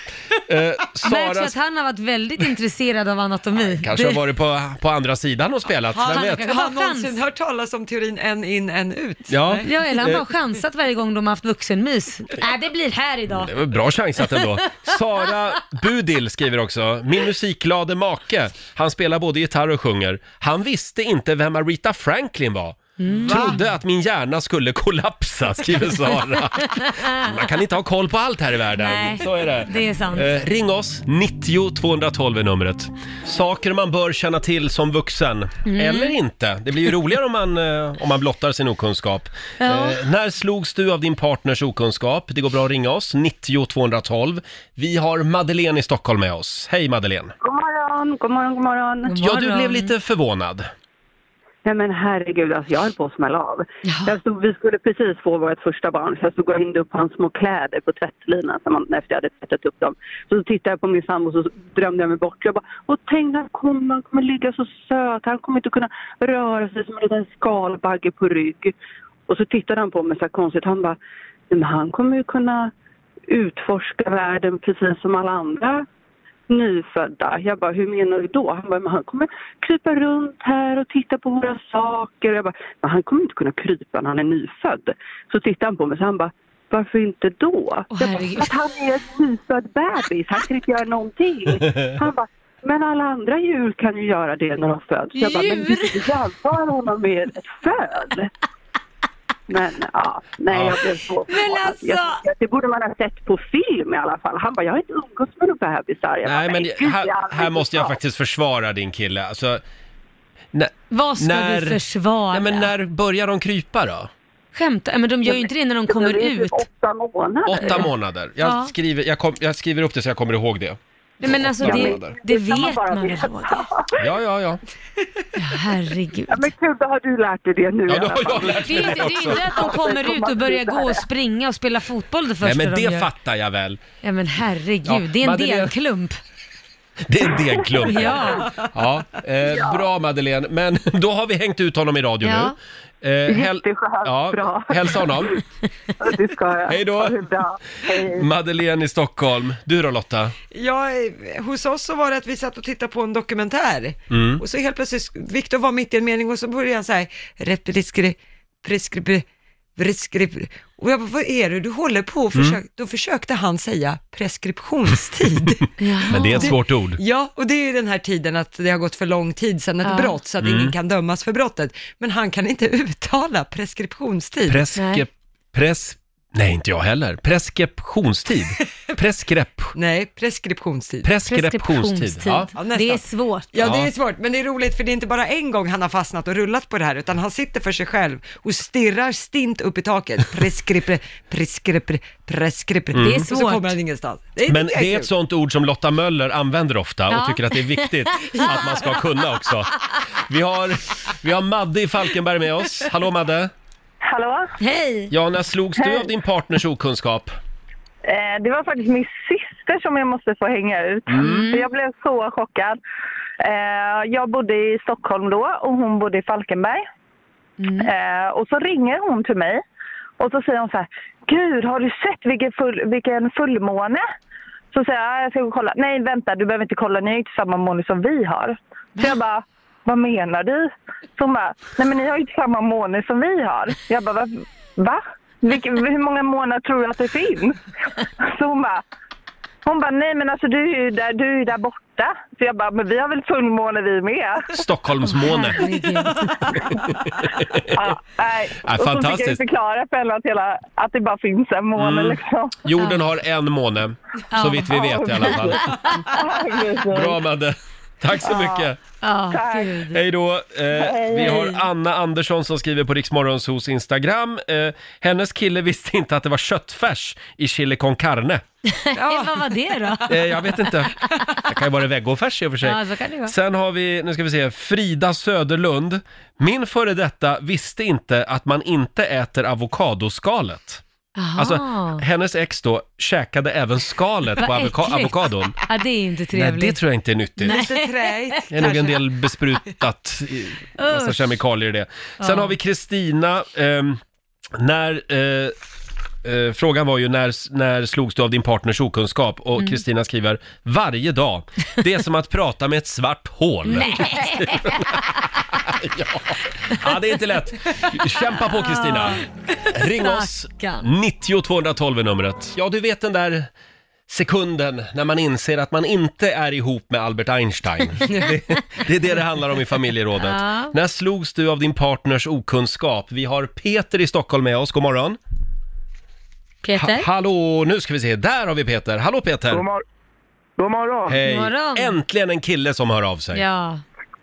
Eh, Märks Sara att han har varit väldigt intresserad av anatomi. kanske har varit på, på andra sidan och spelat, Har vem han vet? kanske har har någonsin chans. hört talas om teorin en in, en ut? Ja. Nej. Ja, eller han Eh, har chansat varje gång de har haft vuxenmys. Nej, det blir här idag. Det var bra chansat ändå. Sara Budil skriver också, min musikglade make, han spelar både gitarr och sjunger. Han visste inte vem Aretha Franklin var. Trodde att min hjärna skulle kollapsa, skriver Sara. Man kan inte ha koll på allt här i världen. Nej, Så är det. det är sant. Eh, ring oss, nittio tvåhundratolv är numret. Saker man bör känna till som vuxen. Mm. Eller inte. Det blir ju roligare om man, eh, om man blottar sin okunskap. Ja. Eh, när slogs du av din partners okunskap? Det går bra att ringa oss, nittio tvåhundratolv. Vi har Madeleine i Stockholm med oss. Hej Madeleine. God morgon, god morgon, god morgon. God Ja, du morgon. blev lite förvånad. Nej men herregud, alltså jag höll på att smälla av. Jag stod, vi skulle precis få vårt första barn, så jag stod och hängde upp hans små kläder på tvättlinan som man, efter jag hade tvättat upp dem. Så tittade jag på min sambo och så drömde jag mig bort. Jag bara, och tänk när han kommer, han kommer ligga så söt, han kommer inte kunna röra sig som en liten skalbagge på rygg. Och så tittade han på mig så här konstigt, han bara, men han kommer ju kunna utforska världen precis som alla andra nyfödda. Jag bara, hur menar du då? Han bara, men han kommer krypa runt här och titta på våra saker. Jag bara, men han kommer inte kunna krypa när han är nyfödd. Så tittade han på mig så han bara, varför inte då? Åh, Jag bara, herregud. att han är en nyfödd bebis, han kan inte göra någonting. Han bara, men alla andra djur kan ju göra det när de föds. Jag bara, men du jämför honom med ett föd. Men ja, nej jag blev så Men förvånad. alltså- Jag tycker att det borde man ha sett på film i alla fall. Han bara, jag har inte umgåtts med några bebisar. Jag Nej, bara, men gud, jag här, har här inte måste jag sagt. faktiskt försvara din kille. Alltså, när, Vad ska när- du försvara? nej, men när börjar de krypa då? Skämta, men de gör ju inte det när de kommer Det är typ ut. åtta månader. Åtta månader. Jag, Ja. skriver, jag, kom, jag skriver upp det så jag kommer ihåg det. Nej, men alltså Åtta det, månader. det kan man vet bara man väl, veta. Roger? Ja, ja, ja. Ja, herregud. Ja, men kul, då har du lärt dig det nu Ja, i då alla har fall. jag lärt Det är ju mig inte, det det är ju också. inte att de kommer ut och börjar gå och springa och spela fotboll det Nej, första men de det gör. fattar jag väl. Ja men herregud, Ja, det är en Madeleine- delklump. Det är en degklump. Ja. Ja, eh, bra Madeleine. Men då har vi hängt ut honom i radio Ja. nu. Eh, häl- Jätteskönt, ja, bra. hälsa honom. Det ska jag. Hej då. Ha det bra. Hej. Madeleine i Stockholm. Du då Lotta? Ja, eh, hos oss så var det att vi satt och tittade på en dokumentär. Mm. Och så helt plötsligt, Victor var mitt i en mening och så började han så här, repriskri, preskri, Preskrip- och jag bara, vad är det du håller på och försök- mm. Då försökte han säga preskriptionstid. Men det är ett svårt ord. Ja, och det är ju den här tiden att det har gått för lång tid sedan ett ja. brott så att mm. ingen kan dömas för brottet. Men han kan inte uttala preskriptionstid. Preskri- pres- Nej, inte jag heller. Preskriptionstid. Preskrepp. Nej, preskriptionstid. Preskriptionstid. Ja. Ja, det är svårt. Ja, det är svårt. Men det är roligt för det är inte bara en gång han har fastnat och rullat på det här, utan han sitter för sig själv och stirrar stint upp i taket. Preskrip, preskrip, preskrip. Mm. Det är svårt. Och så kommer han ingenstans. Det är Men det är ett sånt ord som Lotta Möller använder ofta ja. och tycker att det är viktigt att man ska kunna också. Vi har, vi har Madde i Falkenberg med oss. Hallå Madde. Hallå? Hej! Ja, när slogs Hej. du av din partners okunskap? Eh, det var faktiskt min syster som jag måste få hänga ut. Mm. För jag blev så chockad. Eh, jag bodde i Stockholm då och hon bodde i Falkenberg. Mm. Eh, och så ringer hon till mig och så säger hon så här: Gud, har du sett vilken, full, vilken fullmåne? Så säger jag, jag ska gå och kolla. Nej, vänta, du behöver inte kolla, ni är inte samma måne som vi har. Så jag bara, vad menar du? Så hon bara, nej men ni har ju inte samma måne som vi har. Jag bara, va? va? Vilka, hur många månader tror du att det finns? Så hon bara, hon bara, nej men alltså du är ju där, du är ju där borta. Så jag bara, men vi har väl fullmåne vi med. Stockholmsmåne. ja, nej. Ja, och så fantastiskt. fick jag förklara för henne att, hela, att det bara finns en måne mm. liksom. Jorden har en måne, så vitt vi vet i alla fall. Bra Madde. Tack så mycket. Ja, hej då. Eh, vi har Anna Andersson som skriver på Riksmorgons hos Instagram. Eh, hennes kille visste inte att det var köttfärs i chili con carne. Ja. Vad var det då? Eh, jag vet inte. Det kan ju vara vegofärs i och för sig. Ja, så kan det vara. Sen har vi, nu ska vi se, Frida Söderlund. Min före detta visste inte att man inte äter avokadoskalet. Aha. Alltså, hennes ex då käkade även skalet på avoka- avokadon. Ja, det är inte trevligt. Nej, det tror jag inte är nyttigt. Lite träigt. Det är nog en del besprutat, massa kemikalier i det. Sen Ja. har vi Kristina. Eh, när... Eh, Eh, frågan var ju när, när slogs du av din partners okunskap? Och Mm. Kristina skriver, varje dag. Det är som att prata med ett svart hål. Nej. ja. ja, det är inte lätt. Kämpa på Kristina. Ring oss. Stackarn. nittio tvåhundratolv är numret. Ja, du vet den där sekunden när man inser att man inte är ihop med Albert Einstein. det, det är det det handlar om i familjerådet. Ja. När slogs du av din partners okunskap? Vi har Peter i Stockholm med oss. God morgon. Peter? Ha- hallå, nu ska vi se. Där har vi Peter. Hallå Peter. God, mor- God morgon. Hej. God morgon. Äntligen en kille som hör av sig. Ja.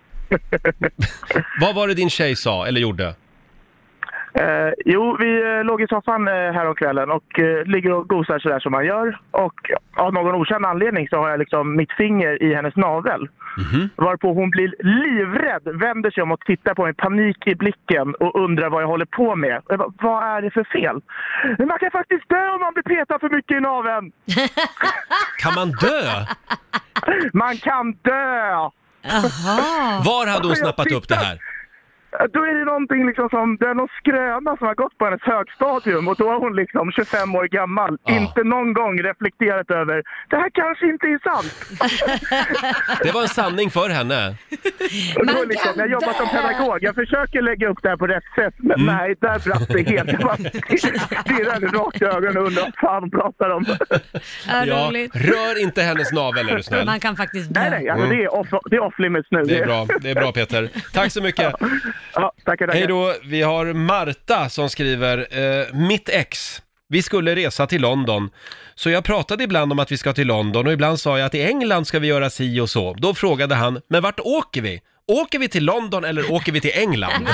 Vad var det din tjej sa eller gjorde? Eh, jo, vi eh, låg i soffan eh, här om kvällen och eh, ligger och gosar sådär som man gör. Och av någon okänd anledning så har jag liksom mitt finger i hennes navel. Mm-hmm. Varpå hon blir livrädd, vänder sig om och tittar på mig, panik i blicken och undrar vad jag håller på med. Jag bara, vad är det för fel? Men man kan faktiskt dö om man blir petad för mycket i naveln. Kan man dö? Man kan dö! Aha. Var hade hon snappat upp det här? Då är det någonting liksom som, det är någon skröna som har gått på hennes högstadium och då är hon liksom tjugofem år gammal. Ja. Inte någon gång reflekterat över, det här kanske inte är sant. Det var en sanning för henne. Och då liksom, jag jobbar som pedagog, jag försöker lägga upp det här på rätt sätt, men Mm. nej, där brast det helt. Jag bara stirrade rakt i ögonen och undrar vad fan hon pratar om. Ja, Ja, roligt. rör inte hennes navel är du snäll. Man kan faktiskt dö. Nej, nej, alltså, det är off, det är off limits nu. Det är bra, det är bra Peter. Tack så mycket. Ja, tackar, tackar. Hej då, vi har Marta som skriver, eh, mitt ex, vi skulle resa till London. Så jag pratade ibland om att vi ska till London och ibland sa jag att i England ska vi göra si och så. Då frågade han, men vart åker vi? Åker vi till London eller åker vi till England?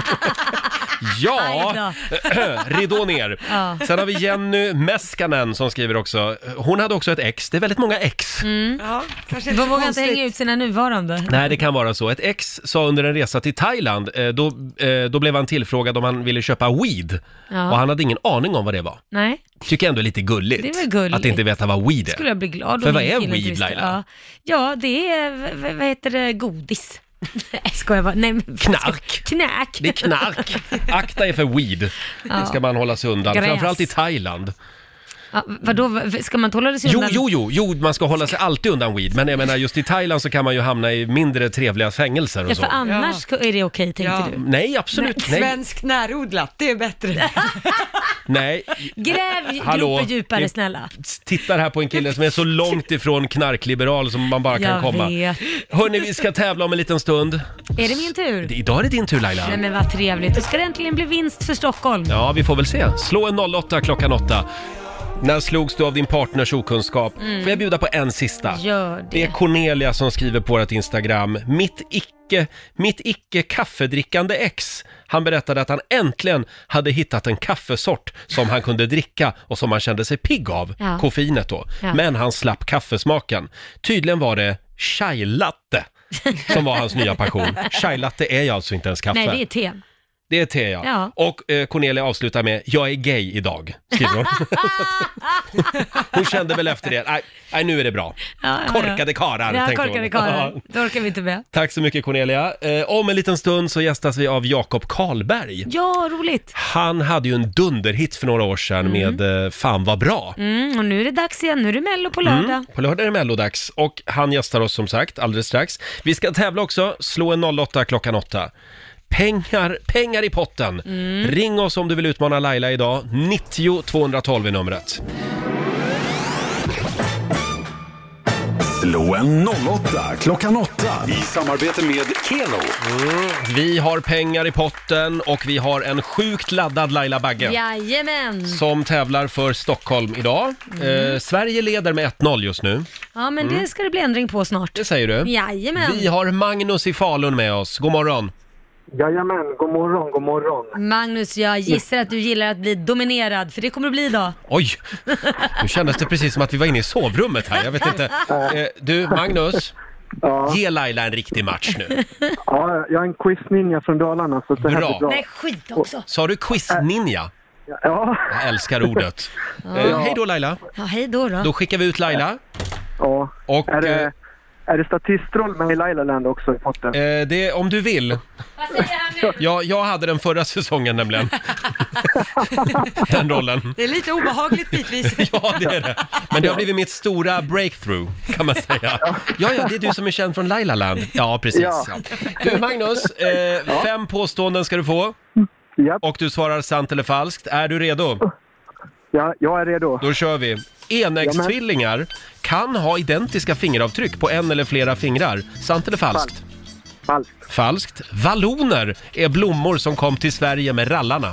Ja, ridå ner. Ja. Sen har vi Jenny Meskanen som skriver också, hon hade också ett ex, det är väldigt många ex. Mm. Ja, kanske De inte så vågar inte konstigt. hänga ut sina nuvarande. Nej, det kan vara så. Ett ex sa under en resa till Thailand, eh, då, eh, då blev han tillfrågad om han ville köpa weed. Ja. Och han hade ingen aning om vad det var. Nej, Tycker jag ändå är lite gulligt. det är väl gulligt. Att inte veta vad weed är. Skulle jag bli glad För om vad min är kille inte weed, visste. Laila? Ja, ja det är, v- vad heter det, godis. Nej, ska jag bara, nej men... Knark. Knäck. Det är knark. Akta er för weed. Ja. Det ska man hålla sig undan. Gräs. Framförallt i Thailand. Ja, vadå, ska man inte hålla sig Jo, undan? jo, jo, jo, man ska hålla sig alltid undan weed. Men jag menar, just i Thailand så kan man ju hamna i mindre trevliga fängelser och Ja, så. för annars är det okej, tänkte Ja. du? Nej, absolut. Nej. Svensk närodlat, det är bättre. Nej. Gräv Hallå, gropen djupare, vi snälla. tittar här på en kille som är så långt ifrån knarkliberal som man bara kan Jag komma. vet. Hörni, vi ska tävla om en liten stund. Är det min tur? Idag är det din tur, Laila. Nej men vad trevligt. Då ska det äntligen bli vinst för Stockholm. Ja, vi får väl se. Slå en noll åtta klockan åtta. När slogs du av din partners okunskap? Mm. Får jag bjuda på en sista? Gör det. Det är Cornelia som skriver på vårt Instagram. Mitt icke, mitt icke kaffedrickande ex. Han berättade att han äntligen hade hittat en kaffesort som han kunde dricka och som han kände sig pigg av. Ja. Koffeinet då. Ja. Men han slapp kaffesmaken. Tydligen var det chai latte som var hans nya passion. Chai latte är ju alltså inte ens kaffe. Nej, det är te. Det är te, ja. Ja. Och eh, Cornelia avslutar med jag är gay idag, skriver hon. Hon kände väl efter det, nej, nej nu är det bra. Ja, ja, Korkade karar, ja, tänkte korkade hon. karar. Ja. Det orkar vi inte med. Tack så mycket Cornelia. Eh, om en liten stund så gästas vi av Jakob Karlberg. Ja, roligt. Han hade ju en dunderhit för några år sedan Mm. med eh, Fan vad bra. Mm, och nu är det dags igen. Nu är det Mello på lördag. Mm, på lördag är det Mellodags och han gästar oss som sagt alldeles strax. Vi ska tävla också, slå en noll åtta klockan åtta. Pengar, pengar i potten. Mm. Ring oss om du vill utmana Laila idag. nittio tvåhundratolv är numret. Slå en noll åtta klockan åtta i samarbete med Keno. Mm, vi har pengar i potten och vi har en sjukt laddad Laila Bagge. Jajamän. Som tävlar för Stockholm idag. Mm. Eh, Sverige leder med ett noll just nu. Ja, men Mm. det ska det bli ändring på snart. Det säger du. Jajamän. Vi har Magnus i Falun med oss. God morgon. Jajamän, god morgon, god morgon. Magnus, jag gissar att du gillar att bli dominerad, för det kommer det bli idag. Oj, nu kändes det precis som att vi var inne i sovrummet här. Jag vet inte. Eh, du, Magnus. Ja. Ge Laila en riktig match nu. Ja, jag är en quizninja från Dalarna så det här Bra. blir bra. Nej, skit också. Sa du quiz-ninja? Ja. Jag älskar ordet. Ja. Eh, hej då Laila. Ja, hej då då. Då skickar vi ut Laila. Ja. Och, är, det, eh, är det statistroll med i Lailaland också i potten? Eh, det, om du vill. Vad säger han nu? Ja, jag hade den förra säsongen nämligen. Den rollen. Det är lite obehagligt bitvis. Ja, det är det. Men det har blivit mitt stora breakthrough, kan man säga. Ja, ja, det är du som är känd från Lailaland. Ja, precis. Ja. Ja. Du, Magnus, eh, fem påståenden ska du få. Ja. Och du svarar sant eller falskt. Är du redo? Ja, jag är redo. Då kör vi. Enäggstvillingar kan ha identiska fingeravtryck på en eller flera fingrar. Sant eller falskt? Falskt. Falskt. Valloner är blommor som kom till Sverige med rallarna.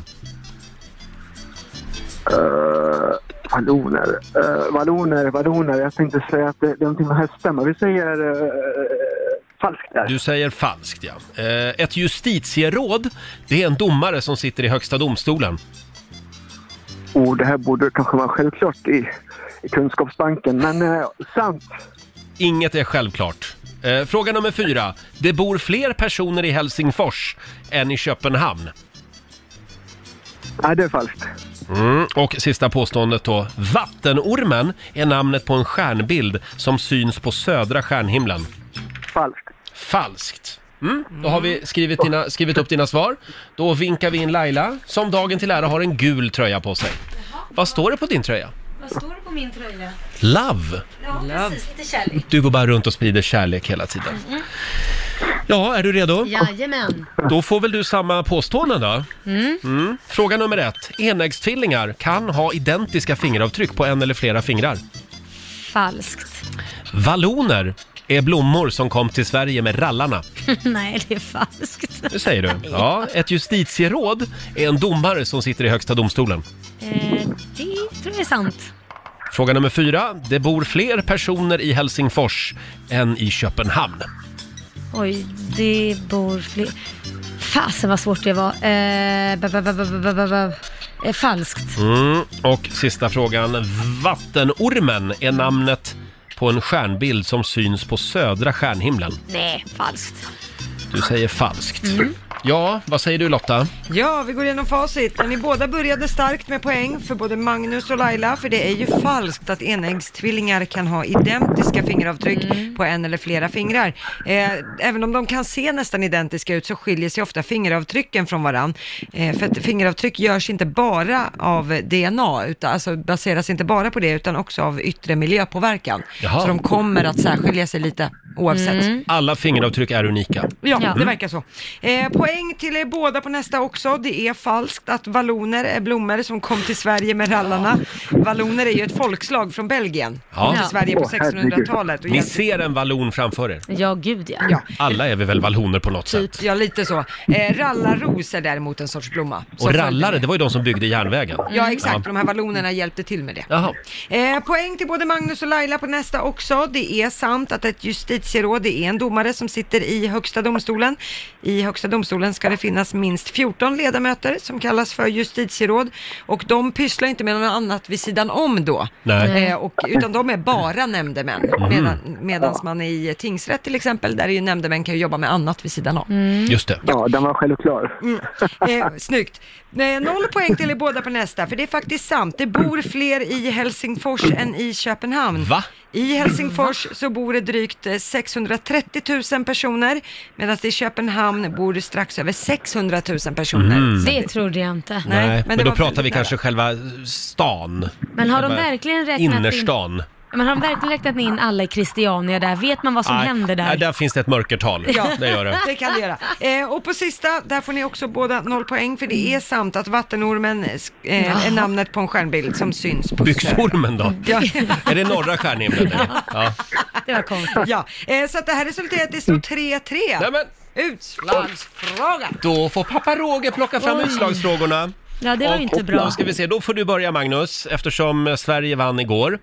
Uh, valloner, uh, valloner, valloner. Jag tänkte säga att det, det är någonting med hästen, men vi säger uh, falskt där. Du säger falskt, ja. Eh, ett justitieråd, det är en domare som sitter i högsta domstolen. Oh, det här borde kanske vara självklart i, i kunskapsbanken, men uh, sant. Inget är självklart. Eh, fråga nummer fyra. Det bor fler personer i Helsingfors än i Köpenhamn. Nej, det är falskt. Mm. Och sista påståendet då. Vattenormen är namnet på en stjärnbild som syns på södra stjärnhimlen. Falskt. Falskt. Mm. Då har vi skrivit, dina, skrivit upp dina svar. Då vinkar vi in Laila, som dagen till ära har en gul tröja på sig. Vad står det på din tröja? Vad står det på min tröja? Love. Ja, precis. Lite kärlek. Du går bara runt och sprider kärlek hela tiden. Mm. Ja, är du redo? Jajamän. Då får väl du samma påståenden då? Mm. Mm. Fråga nummer ett. Enäggstvillingar kan ha identiska fingeravtryck på en eller flera fingrar. Falskt. Valloner är blommor som kom till Sverige med rallarna. Nej, det är falskt. Det säger du. Ja, ett justitieråd är en domare som sitter i högsta domstolen. Eh, det tror jag är sant. Fråga nummer fyra. Det bor fler personer i Helsingfors än i Köpenhamn. Oj, det bor fler... Fasen vad svårt det var. Eh, ba, ba, ba, ba, ba, ba, ba. Eh, falskt. Mm. Och sista frågan. Vattenormen är namnet på en stjärnbild som syns på södra stjärnhimlen. Nej, falskt. Du säger falskt. Mm. Ja, vad säger du Lotta? Ja, vi går igenom facit. Ni båda började starkt med poäng för både Magnus och Laila, för det är ju falskt att enäggstvillingar kan ha identiska fingeravtryck mm. på en eller flera fingrar. Eh, även om de kan se nästan identiska ut så skiljer sig ofta fingeravtrycken från varann. Eh, för att fingeravtryck görs inte bara av D N A, utan, alltså baseras inte bara på det utan också av yttre miljöpåverkan. Jaha. Så de kommer att särskilja sig lite oavsett. Mm. Alla fingeravtryck är unika. Ja, mm. det verkar så. Eh, poäng till er båda på nästa också. Det är falskt att valloner är blommor som kom till Sverige med rallarna. Valloner är ju ett folkslag från Belgien. Ja. Kom till Sverige på sextonhundratalet. Ni ser en vallon framför er. Ja, gud ja. ja. Alla är vi väl valloner på något typ. sätt. Ja, lite så. Eh, rallarros är däremot en sorts blomma. Och rallare, det var ju de som byggde järnvägen. Ja, exakt. Ja. De här vallonerna hjälpte till med det. Jaha. Eh, poäng till både Magnus och Laila på nästa också. Det är sant att ett justitieråd, det är en domare som sitter i högsta domstolen. I högsta domstolen ska det finnas minst fjorton ledamöter som kallas för justitieråd. Och de pysslar inte med något annat vid sidan om då. Nej. Eh, och, utan de är bara nämndemän. Mm. Medan, medans man i tingsrätt till exempel, där är ju nämndemän kan ju jobba med annat vid sidan om. Mm. Just det. Ja, den var självklar. Mm. Eh, snyggt. Eh, noll poäng till er båda på nästa, för det är faktiskt sant. Det bor fler i Helsingfors än i Köpenhamn. Va? I Helsingfors så bor det drygt sexhundratrettio tusen personer, medan i Köpenhamn bor det strax över sexhundratusen personer. Mm. Det trodde jag inte. Nej, Nej men, men då pratar vi nära. kanske själva stan. Men har de verkligen räknat innerstan? In... Men har de verkligen räknat in alla i Christiania där? Vet man vad som Aj, händer där? Nej, där finns det ett mörkertal. Ja, det gör det. Det kan det göra. Eh, och på sista, där får ni också båda noll poäng, för det är sant att vattenormen eh, är namnet på en stjärnbild som syns på Byxormen då? Ja. Är det norra stjärnhimlen? Ja. Det var konstigt. Ja, eh, så att det här resultatet det står tre tre. Nej, men... Utslagsfråga. Då får pappa Roger plocka fram Oj. utslagsfrågorna. Ja, det var och, inte bra. Då ska vi se, då får du börja Magnus, eftersom Sverige vann igår.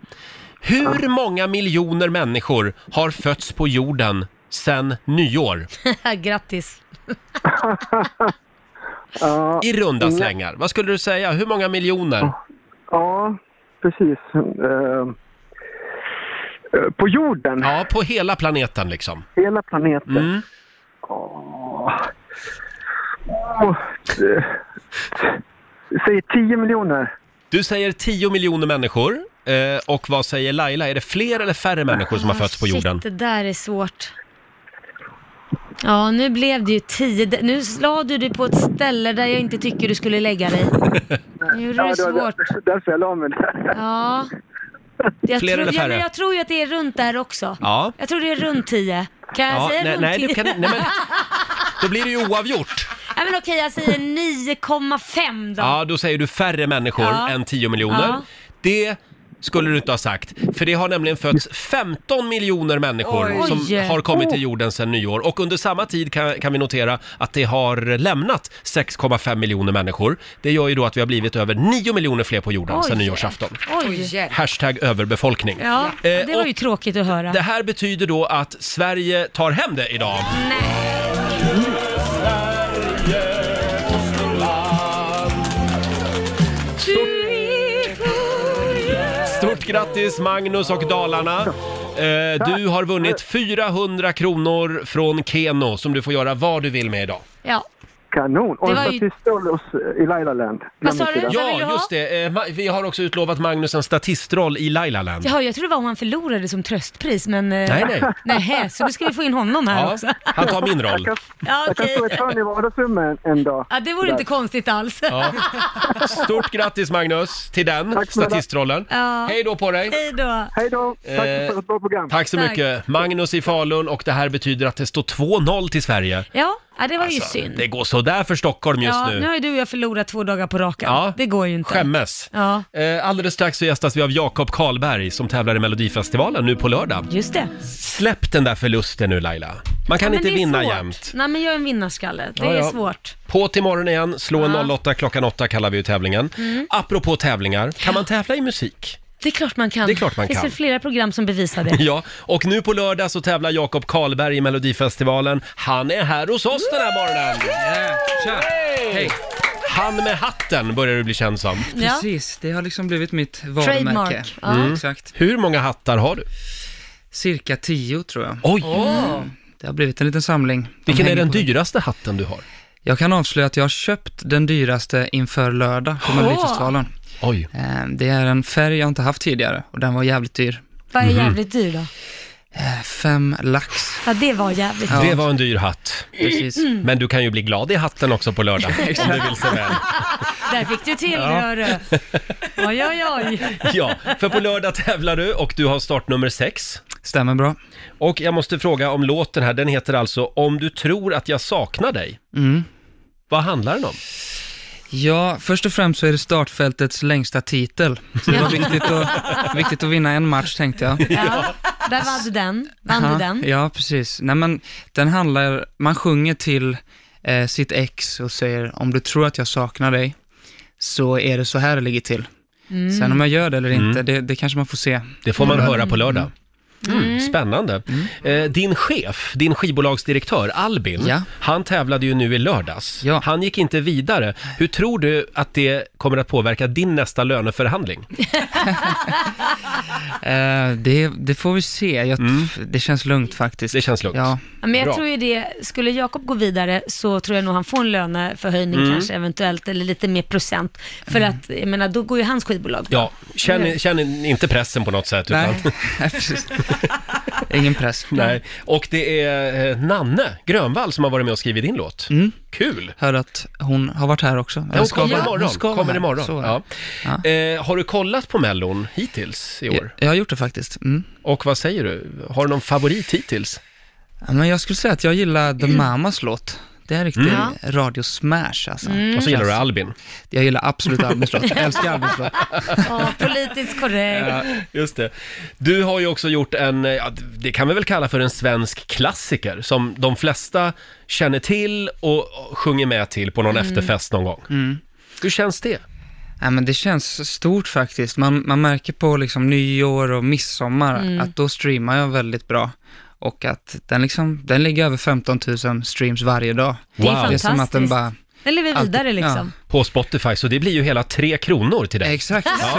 Hur många miljoner människor har fötts på jorden sedan nyår? Grattis. I runda slängar. Vad skulle du säga? Hur många miljoner? Ja, precis. Uh, på jorden? Ja, på hela planeten liksom. Hela planeten? Mm. Oh. Oh. Säg tio miljoner. Du säger tio miljoner människor. Eh, och vad säger Laila? Är det fler eller färre människor som har fötts på jorden? Shit, det där är svårt. Ja, nu blev det ju tio. Nu slår du dig på ett ställe där jag inte tycker du skulle lägga dig. Nu är det ja, svårt. Det var därför jag la mig där. Ja. Jag fler tror, eller färre? Ja, men jag tror ju att det är runt där också. Ja. Jag tror det är runt tio. Kan jag ja, säga nej, runt nej, tio? du kan, nej, men då blir det ju oavgjort. Ja, men okej, jag säger nio komma fem då. Ja, då säger du färre människor ja. än tio miljoner. Ja. Det skulle du inte ha sagt. För det har nämligen fötts femton miljoner människor Oj. som har kommit till Oh. jorden sedan nyår. Och under samma tid kan, kan vi notera att det har lämnat sex komma fem miljoner människor. Det gör ju då att vi har blivit över nio miljoner fler på jorden Oj. sedan nyårsafton. Oj. Hashtag överbefolkning. Ja, det var Eh, ju tråkigt att höra. Det här betyder då att Sverige tar hem det idag. Stort grattis Magnus och Dalarna. Eh, du har vunnit fyrahundra kronor från Keno som du får göra vad du vill med idag. Ja. Kanon. Och Det en var ju- statistroll hos, i Lailaland. Vad sa du? Vad vill du Ja, ha? just det. Eh, Ma- vi har också utlovat Magnus en statistroll i Lailaland. Ja, jag tror det var om han förlorade som tröstpris, men... eh, Nej, nej. Nej, så då ska vi få in honom här Ja, också. han tar min roll. Ja, Jag kan okej. stå i ett hörn i vardagsrummet en, en dag. Ja, det vore inte konstigt alls. Ja. Stort grattis Magnus till den Tack snälla. statistrollen. Ja. Hej då på dig. Hej då. Hej då. Tack Eh, för ett bra program. Tack så Tack. mycket. Magnus i Falun, och det här betyder att det står två noll till Sverige. Ja, ja, det var ju Alltså, synd. det går så där för Stockholm just Ja, nu. nu har ju du och jag förlorat två dagar på raken. Ja. Det går ju inte. Skämmes. Ja, Eh, alldeles strax så gästas vi av Jakob Karlberg som tävlar i Melodifestivalen nu på lördag. just det. Släpp den där förlusten nu Laila. Man kan Ja, men inte det är vinna svårt. jämt. Nej, men jag är en vinnarskalle. Det Ja, är ja. svårt. På till morgon igen, slå en Ja. noll åtta klockan åtta kallar vi ju tävlingen. Mm. Apropå tävlingar, kan man tävla i musik? Det är klart man kan. Det är klart man Det finns kan. väl flera program som bevisar det. Ja, och nu på lördag så tävlar Jakob Karlberg i Melodifestivalen. Han är här hos oss den här morgonen. Tja! Hej! Hej! Han med hatten börjar du bli känd som. Ja. Precis, det har liksom blivit mitt varumärke. Trademark. Ja. Mm. Exakt. Hur många hattar har du? Cirka tio tror jag. Oj! Mm. Det har blivit en liten samling. De Vilken är hänger den på- dyraste hatten du har? Jag kan avslöja att jag har köpt den dyraste inför lördag på Melodifestivalen. Oj. Det är en färg jag inte haft tidigare och den var jävligt dyr. Vad är jävligt dyr då? Fem lax. Ja, det var jävligt dyrt. Det var en dyr hatt. Precis. Mm. Men du kan ju bli glad i hatten också på lördag. Om du vill se väl. Där fick du till, Ja. hörru. Oj, oj, oj. Ja, för på lördag tävlar du och du har startnummer sex. Stämmer bra. Och jag måste fråga om låten här, den heter alltså Om du tror att jag saknar dig. Mm. Vad handlar den om? Ja, först och främst så är det startfältets längsta titel. Så det var viktigt att, viktigt att vinna en match, tänkte jag. Ja, där vann du den. Vann Aha, du den? Ja, precis. Nej, men den handlar, man sjunger till eh, sitt ex och säger om du tror att jag saknar dig så är det så här det ligger till. Mm. Sen om jag gör det eller inte, Mm. det, det kanske man får se. Det får man Mm. höra på lördag. Mm, spännande. Eh, din chef, din skivbolagsdirektör Albin, Ja. han tävlade ju nu i lördags. Han gick inte vidare. Hur tror du att det kommer att påverka din nästa löneförhandling? Eh, det, det får vi se. Jag, Det känns lugnt faktiskt. Det känns lugnt. Ja. Ja, men jag Bra. tror ju det, skulle Jakob gå vidare så tror jag nog han får en löneförhöjning Mm. kanske eventuellt, eller lite mer procent. För att, jag menar, då går ju hans skivbolag. Ja, känn, känn inte pressen på något sätt. Nej, Utan... precis. Ingen press. Nej. Och det är eh, Nanne Grönvall som har varit med och skrivit din låt. Mm. Kul! Hör att hon har varit här också. Ja, hon kommer vara- imorgon. hon ska vara kommer här. imorgon. Så är Ja. det. Eh, har du kollat på Mellon hittills i år? Jag har gjort det faktiskt. Mm. Och vad säger du? Har du någon favorit hittills? Ja, men jag skulle säga att jag gillar The Mamas låt. Det är en riktig Mm. radio-smash alltså. Mm. Och så gillar du Albin? Jag gillar absolut Albins låt. Jag älskar Albins låt. Ja, politiskt korrekt. Ja, just det. Du har ju också gjort en, ja, det kan vi väl kalla för en svensk klassiker som de flesta känner till och sjunger med till på någon Mm. efterfest någon gång. Mm. Hur känns det? Ja, men det känns stort faktiskt. Man, man märker på liksom nyår och midsommar Mm. att då streamar jag väldigt bra. Och att den, liksom, den ligger över femton tusen streams varje dag. Det är Wow. Det är som att den fantastiskt. bara... Den lever alltid- vidare liksom. På Spotify, så det blir ju hela tre kronor till dig. Exakt. Så,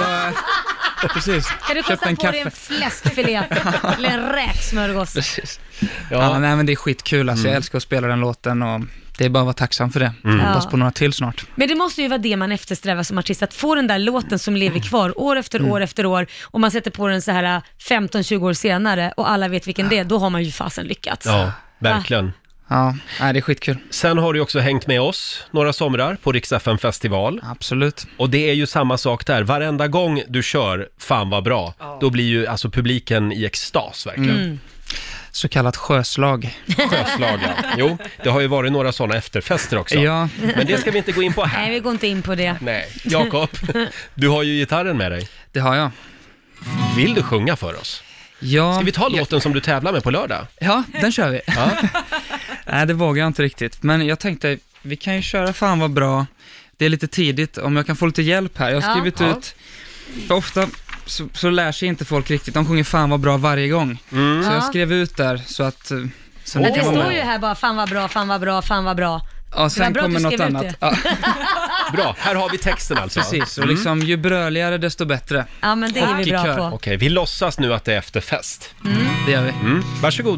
precis. Kan du Köpt kosta en på dig kaffe. en fläskfilé eller en räksmörgås? Precis. Ja. Ja, nej, men det är skitkul. Alltså, Mm. Jag älskar att spela den låten och det är bara att vara tacksam för det. Mm. Hoppas Ja. på några till snart. Men det måste ju vara det man eftersträvar som artist, att få den där låten som lever kvar år efter Mm. år efter år, och man sätter på den så här femton tjugo år senare och alla vet vilken det är, då har man ju fasen lyckats. Ja, verkligen. Ja, nej, det är skitkul. Sen har du också hängt med oss några somrar på Rix F M festival. Absolut. Och det är ju samma sak där. Varenda gång du kör Fan vad bra, då blir ju alltså publiken i extas verkligen. Mm. Så kallat sjöslag. Sjöslag, ja. Jo, det har ju varit några sådana efterfester också. Ja. Men det ska vi inte gå in på här. Nej, vi går inte in på det. Nej. Jakob, du har ju gitarren med dig. Det har jag. Vill du sjunga för oss? Ja. Ska vi ta låten som du tävlar med på lördag? Ja, den kör vi. Ja. Nej, det vågar jag inte riktigt. Men jag tänkte, vi kan ju köra Fan vad bra. Det är lite tidigt, om jag kan få lite hjälp här. Jag har Ja. skrivit Ja. ut, för ofta så, så lär sig inte folk riktigt. De sjunger Fan vad bra varje gång. Mm. Så jag Ja. skrev ut där så att... eh, Så Men ni det kan vara står med. ju här bara, fan vad bra, fan vad bra, fan vad bra. Ja, Det var sen bra att kommer du något skrev ut annat. det. Ja, Bra, här har vi texten alltså. precis, och Mm. liksom ju bröligare desto bättre. Ja, men det är vi Och i bra kör. på. Okej, vi låtsas nu att det är efterfest. Det gör vi. Mm. Varsågod.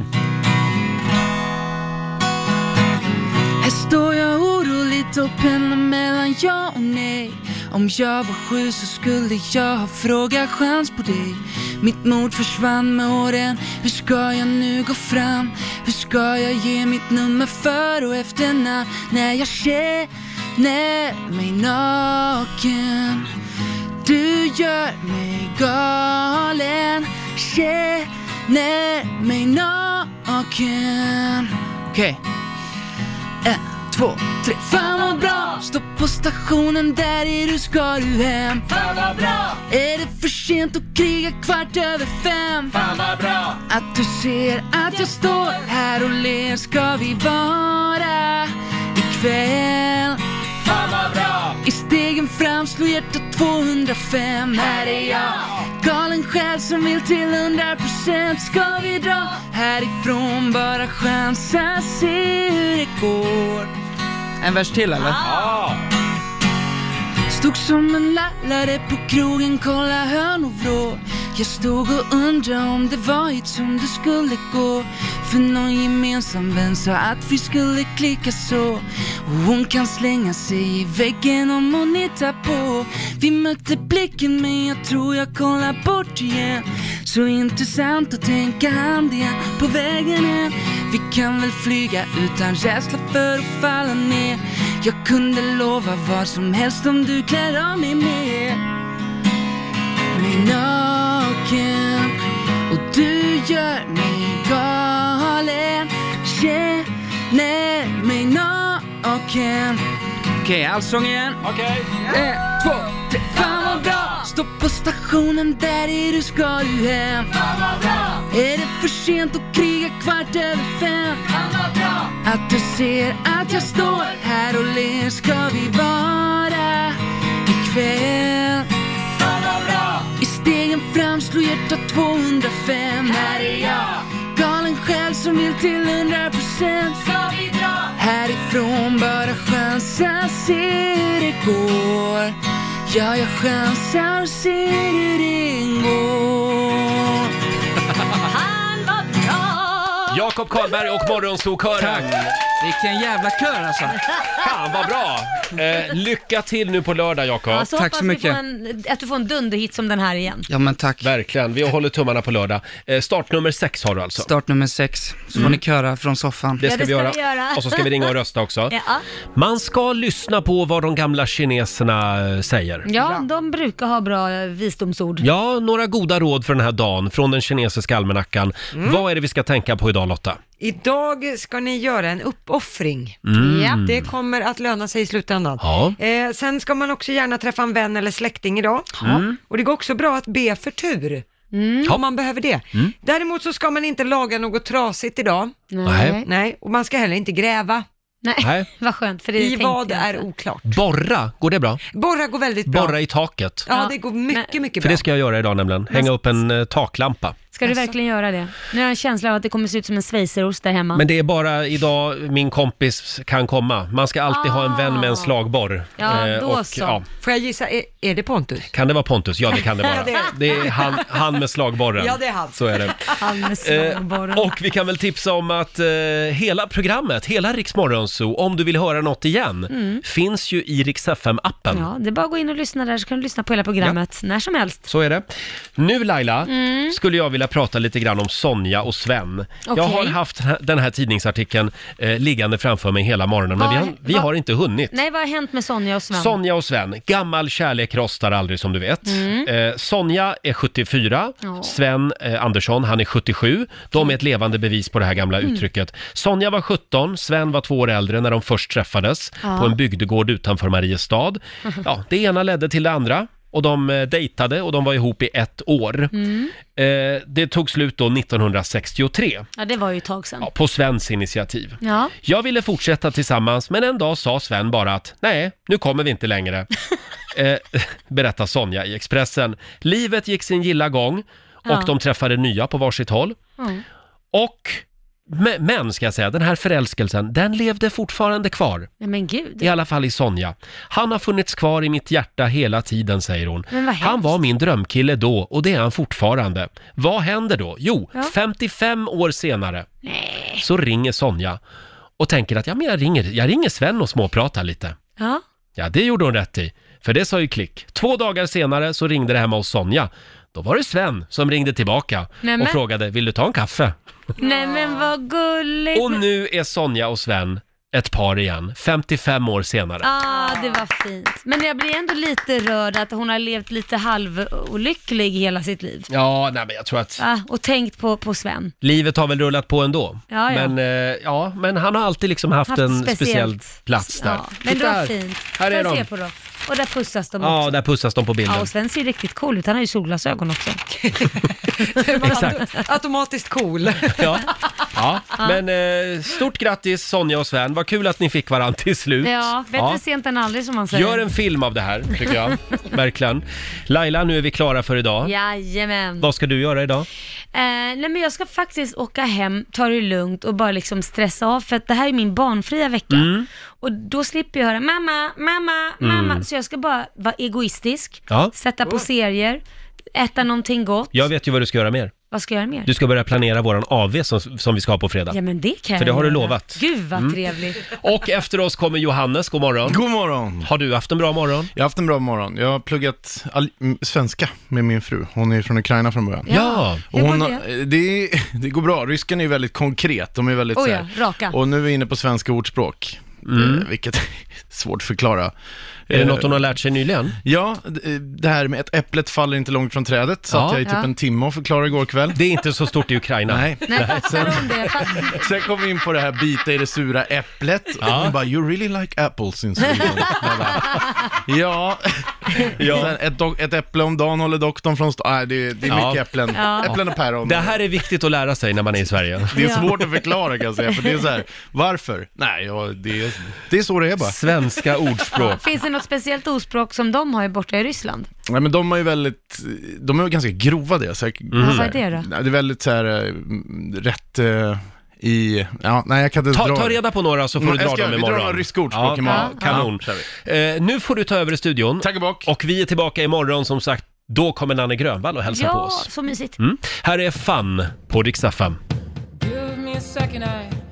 Här står jag oroligt och pendlar mellan ja och nej. Om jag var sju så skulle jag ha frågat chans på dig. Mitt mod försvann med åren. Hur ska jag nu gå fram? Hur ska jag ge mitt nummer för och efternamn? När jag känner mig naken. Du gör mig galen. Känner mig naken. Okej. En, två, tre. Fan vad bra! Stopp på stationen, där är du, ska du hem. Fan vad bra! Är det för sent att kriga kvart över fem? Fan vad bra! Att du ser att jag står här och ler, ska vi vara ikväll. Fan vad bra! I stegen fram slår hjärtat tvåhundrafem. Här är jag, galen själ som vill till hundra procent. Ska vi dra härifrån, bara chansa, se hur det går. En vers till eller? Ja. Stod som en lallare på krogen, kolla hörn och vrå. Jag stod och undrade om det var hit som du skulle gå. För någon gemensam vän sa att vi skulle klicka så. Och hon kan slänga sig i väggen om hon hittar på. Vi mötte blicken men jag tror jag kollar bort igen. Så intressant att tänka hand igen på vägen hem. Vi kan väl flyga utan rädsla för att falla ner. Jag kunde lova vad som helst om du klär av mig mer. Mig naken och du gör mig galen. Känner mig naken. Okej, okay, allsång igen. Okej. Okay. Ett, två, tre. Fan vad bra. Stopp på stationen, där är du, ska du hem. Fan vad bra. Är det för sent att kriga kvart över fem? Fan vad bra. Att du ser att jag står här och ler, ska vi vara ikväll. Fan vad bra. I stegen fram slår hjärtat tvåhundrafem. Här är jag, galen själ som vill till hundra procent. Ska vi dra härifrån, bara chansa, se hur det går. Ja, jag chansar och ser hur det går. Han var bra. Jakob Karlberg och Morgonzoo-kören. Vilken jävla kör alltså. Fan vad bra. Eh, lycka till nu på lördag, Jakob. Ja, så tack så mycket. En, att du får en dunderhit som den här igen. Ja men tack. Verkligen, vi håller tummarna på lördag. Eh, start nummer sex har du alltså. Start nummer sex, så mm. får ni köra från soffan. Det ska, ja, det vi, ska göra. vi göra. Och så ska vi ringa och rösta också. Ja. Man ska lyssna på vad de gamla kineserna säger. Ja, de brukar ha bra visdomsord. Ja, några goda råd för den här dagen från den kinesiska almanackan. Mm. Vad är det vi ska tänka på idag, Lotta? Idag ska ni göra en uppoffring. Mm. Ja, det kommer att löna sig i slutändan. Ja. Eh, sen ska man också gärna träffa en vän eller släkting idag. Mm. Och det går också bra att be för tur. Mm. Om man behöver det. Mm. Däremot så ska man inte laga något trasigt idag. Nej. Nej, och man ska heller inte gräva. Nej, Nej. vad skönt. För det I tänkte vad jag är inte. oklart. Borra, går det bra? Borra går väldigt bra. Borra i taket. Ja, Ja, det går mycket, men- mycket För bra. det ska jag göra idag nämligen. Hänga upp en eh, taklampa. Ska du verkligen göra det? Nu har jag en känsla av att det kommer se ut som en schweizerost där hemma. Men det är bara idag min kompis kan komma. Man ska alltid ha en vän med en slagborr. Ja, Eh, då och, så. ja. Får jag gissa, är, är det Pontus? Kan det vara Pontus? Ja, det kan det vara. det är Det är han, han med slagborren. Ja, det är han. Så är det. Han med slagborren. Eh, och vi kan väl tipsa om att eh, hela programmet, hela Rix Morgonzoo, om du vill höra något igen, Mm. finns ju i Rix F M-appen. Ja, det är bara att gå in och lyssna där, så kan du lyssna på hela programmet när som helst. Så är det. Nu Laila, Mm. skulle jag vilja prata lite grann om Sonja och Sven. Jag Okej. har haft den här tidningsartikeln eh, liggande framför mig hela morgonen, men Vad- vi har, vi vad- har inte hunnit. Nej, vad har hänt med Sonja och Sven? Sonja och Sven, gammal kärlek rostar aldrig som du vet. Mm. Eh, Sonja är sjuttiofyra, Ja. Sven eh, Andersson, han är sjuttiosju. De är ett levande bevis på det här gamla Mm. uttrycket. Sonja var sjutton, Sven var två år äldre när de först träffades Ja. på en bygdegård utanför Mariestad. Ja, det ena ledde till det andra. Och de eh, dejtade och de var ihop i ett år. Mm. Eh, det tog slut då nittonhundrasextiotre, Ja, det var ju ett tag sedan. ja, på Svens initiativ. Ja. Jag ville fortsätta tillsammans, men en dag sa Sven bara att nej, nu kommer vi inte längre. eh, berättar Sonja i Expressen. Livet gick sin gilla gång och Ja. de träffade nya på varsitt håll. Mm. Och, men, men ska jag säga, den här förälskelsen, den levde fortfarande kvar. Nej, men gud. I alla fall i Sonja. Han har funnits kvar i mitt hjärta hela tiden, säger hon. Men vad hemskt. Han var min drömkille då och det är han fortfarande. Vad händer då? Jo, Ja. femtiofem år senare Nej. så ringer Sonja och tänker att ja, men jag, ringer, jag ringer Sven och småpratar lite. Ja. Ja, det gjorde hon rätt i. För det sa ju klick. Två dagar senare så ringde det hemma hos Sonja. Då var det Sven som ringde tillbaka Nej, och men- frågade, vill du ta en kaffe? Nej, men vad gulligt. Och nu är Sonja och Sven ett par igen, femtiofem år senare. Ah, det var fint. Men jag blir ändå lite rörd att hon har levt lite halvolycklig hela sitt liv. Ja, nej men jag tror att Ah, och tänkt på, på Sven. livet har väl rullat på ändå. Ja, ja. Men, eh, ja, men han har alltid liksom haft, Haft en speciellt. speciell plats där. Ja, men det Titta var här. fint. Här är Får jag de. se på då. Och där pussas de Ja, också. där pussas de på bilden. Ja, och Sven ser ju riktigt cool ut. Han har ju solglasögon också. Exakt. Automatiskt cool. Ja, ja. Men eh, stort grattis Sonja och Sven. Vad kul att ni fick varandra till slut. Ja, bättre Ja. sent än aldrig som man säger. Gör en film av det här, tycker jag. Verkligen. Laila, nu är vi klara för idag. Jajamän. Vad ska du göra idag? Eh, nej men jag ska faktiskt åka hem, ta det lugnt och bara liksom stressa av, för att det här är min barnfria vecka. Mm. Och då slipper jag höra mamma, mamma, Mm. mamma. Så jag ska bara vara egoistisk, Ja. sätta på serier, äta någonting gott. Jag vet ju vad du ska göra mer. Vad ska jag göra mer? Du ska börja planera våran A V som, som vi ska ha på fredag. Ja, men det kan För det jag har du göra. lovat. Gud vad Mm. trevligt. Och efter oss kommer Johannes, god morgon. God morgon. Har du haft en bra morgon? Jag har haft en bra morgon. Jag har pluggat all- m- svenska med min fru. Hon är från Ukraina från början. Ja, och hur hon går har- det? Det går bra. Ryskan är ju väldigt konkret. De är väldigt Oh så ja, här- raka. Och nu är vi inne på svenska ordspråk. Mm. Eh, Vilket är svårt att förklara. Är det Eh, något hon har lärt sig nyligen? Ja, d- det här med ett äpplet faller inte långt från trädet. Satt Ja. jag i typ Ja. en timme och förklarade igår kväll. Det är inte så stort i Ukraina. Nej. Nej, fattar hon det? Fatt- Sen kom vi in på det här bita i det sura äpplet. Och Ja. hon bara, you really like apples in Sweden. Jag bara, ja. Ja. Sen ett, do- ett äpple om dagen håller doktorn från... St- Nej, det, det är Ja. mycket äpplen. Ja. Äpplen och päron. Det här är viktigt att lära sig när man är i Sverige. Det är Ja. svårt att förklara kan jag säga, för det är så här, varför? Nej, ja, det, är, det är så det är bara. Svenska ordspråk. Finns det något speciellt ordspråk som de har borta i Ryssland? Nej, men de är ju väldigt, de är ju ganska grova det. Så här, Ja, så vad här, är det då? nej, det är väldigt så här, mm, rätt eh, i, ja, nej jag kan inte Ta, dra. ta reda på några så får Mm, du dra jag ska- dem vi drar imorgon. några ryska ordspråk ja, imorgon. ja, kanon. Ja, kör Eh, nu får du ta över i studion. Tack och bock. Och vi är tillbaka imorgon som sagt. Då kommer Nanne Grönvall och hälsa på Ja, oss. så mysigt. Mm. Här är Fun på Rix F M. Give me a second, I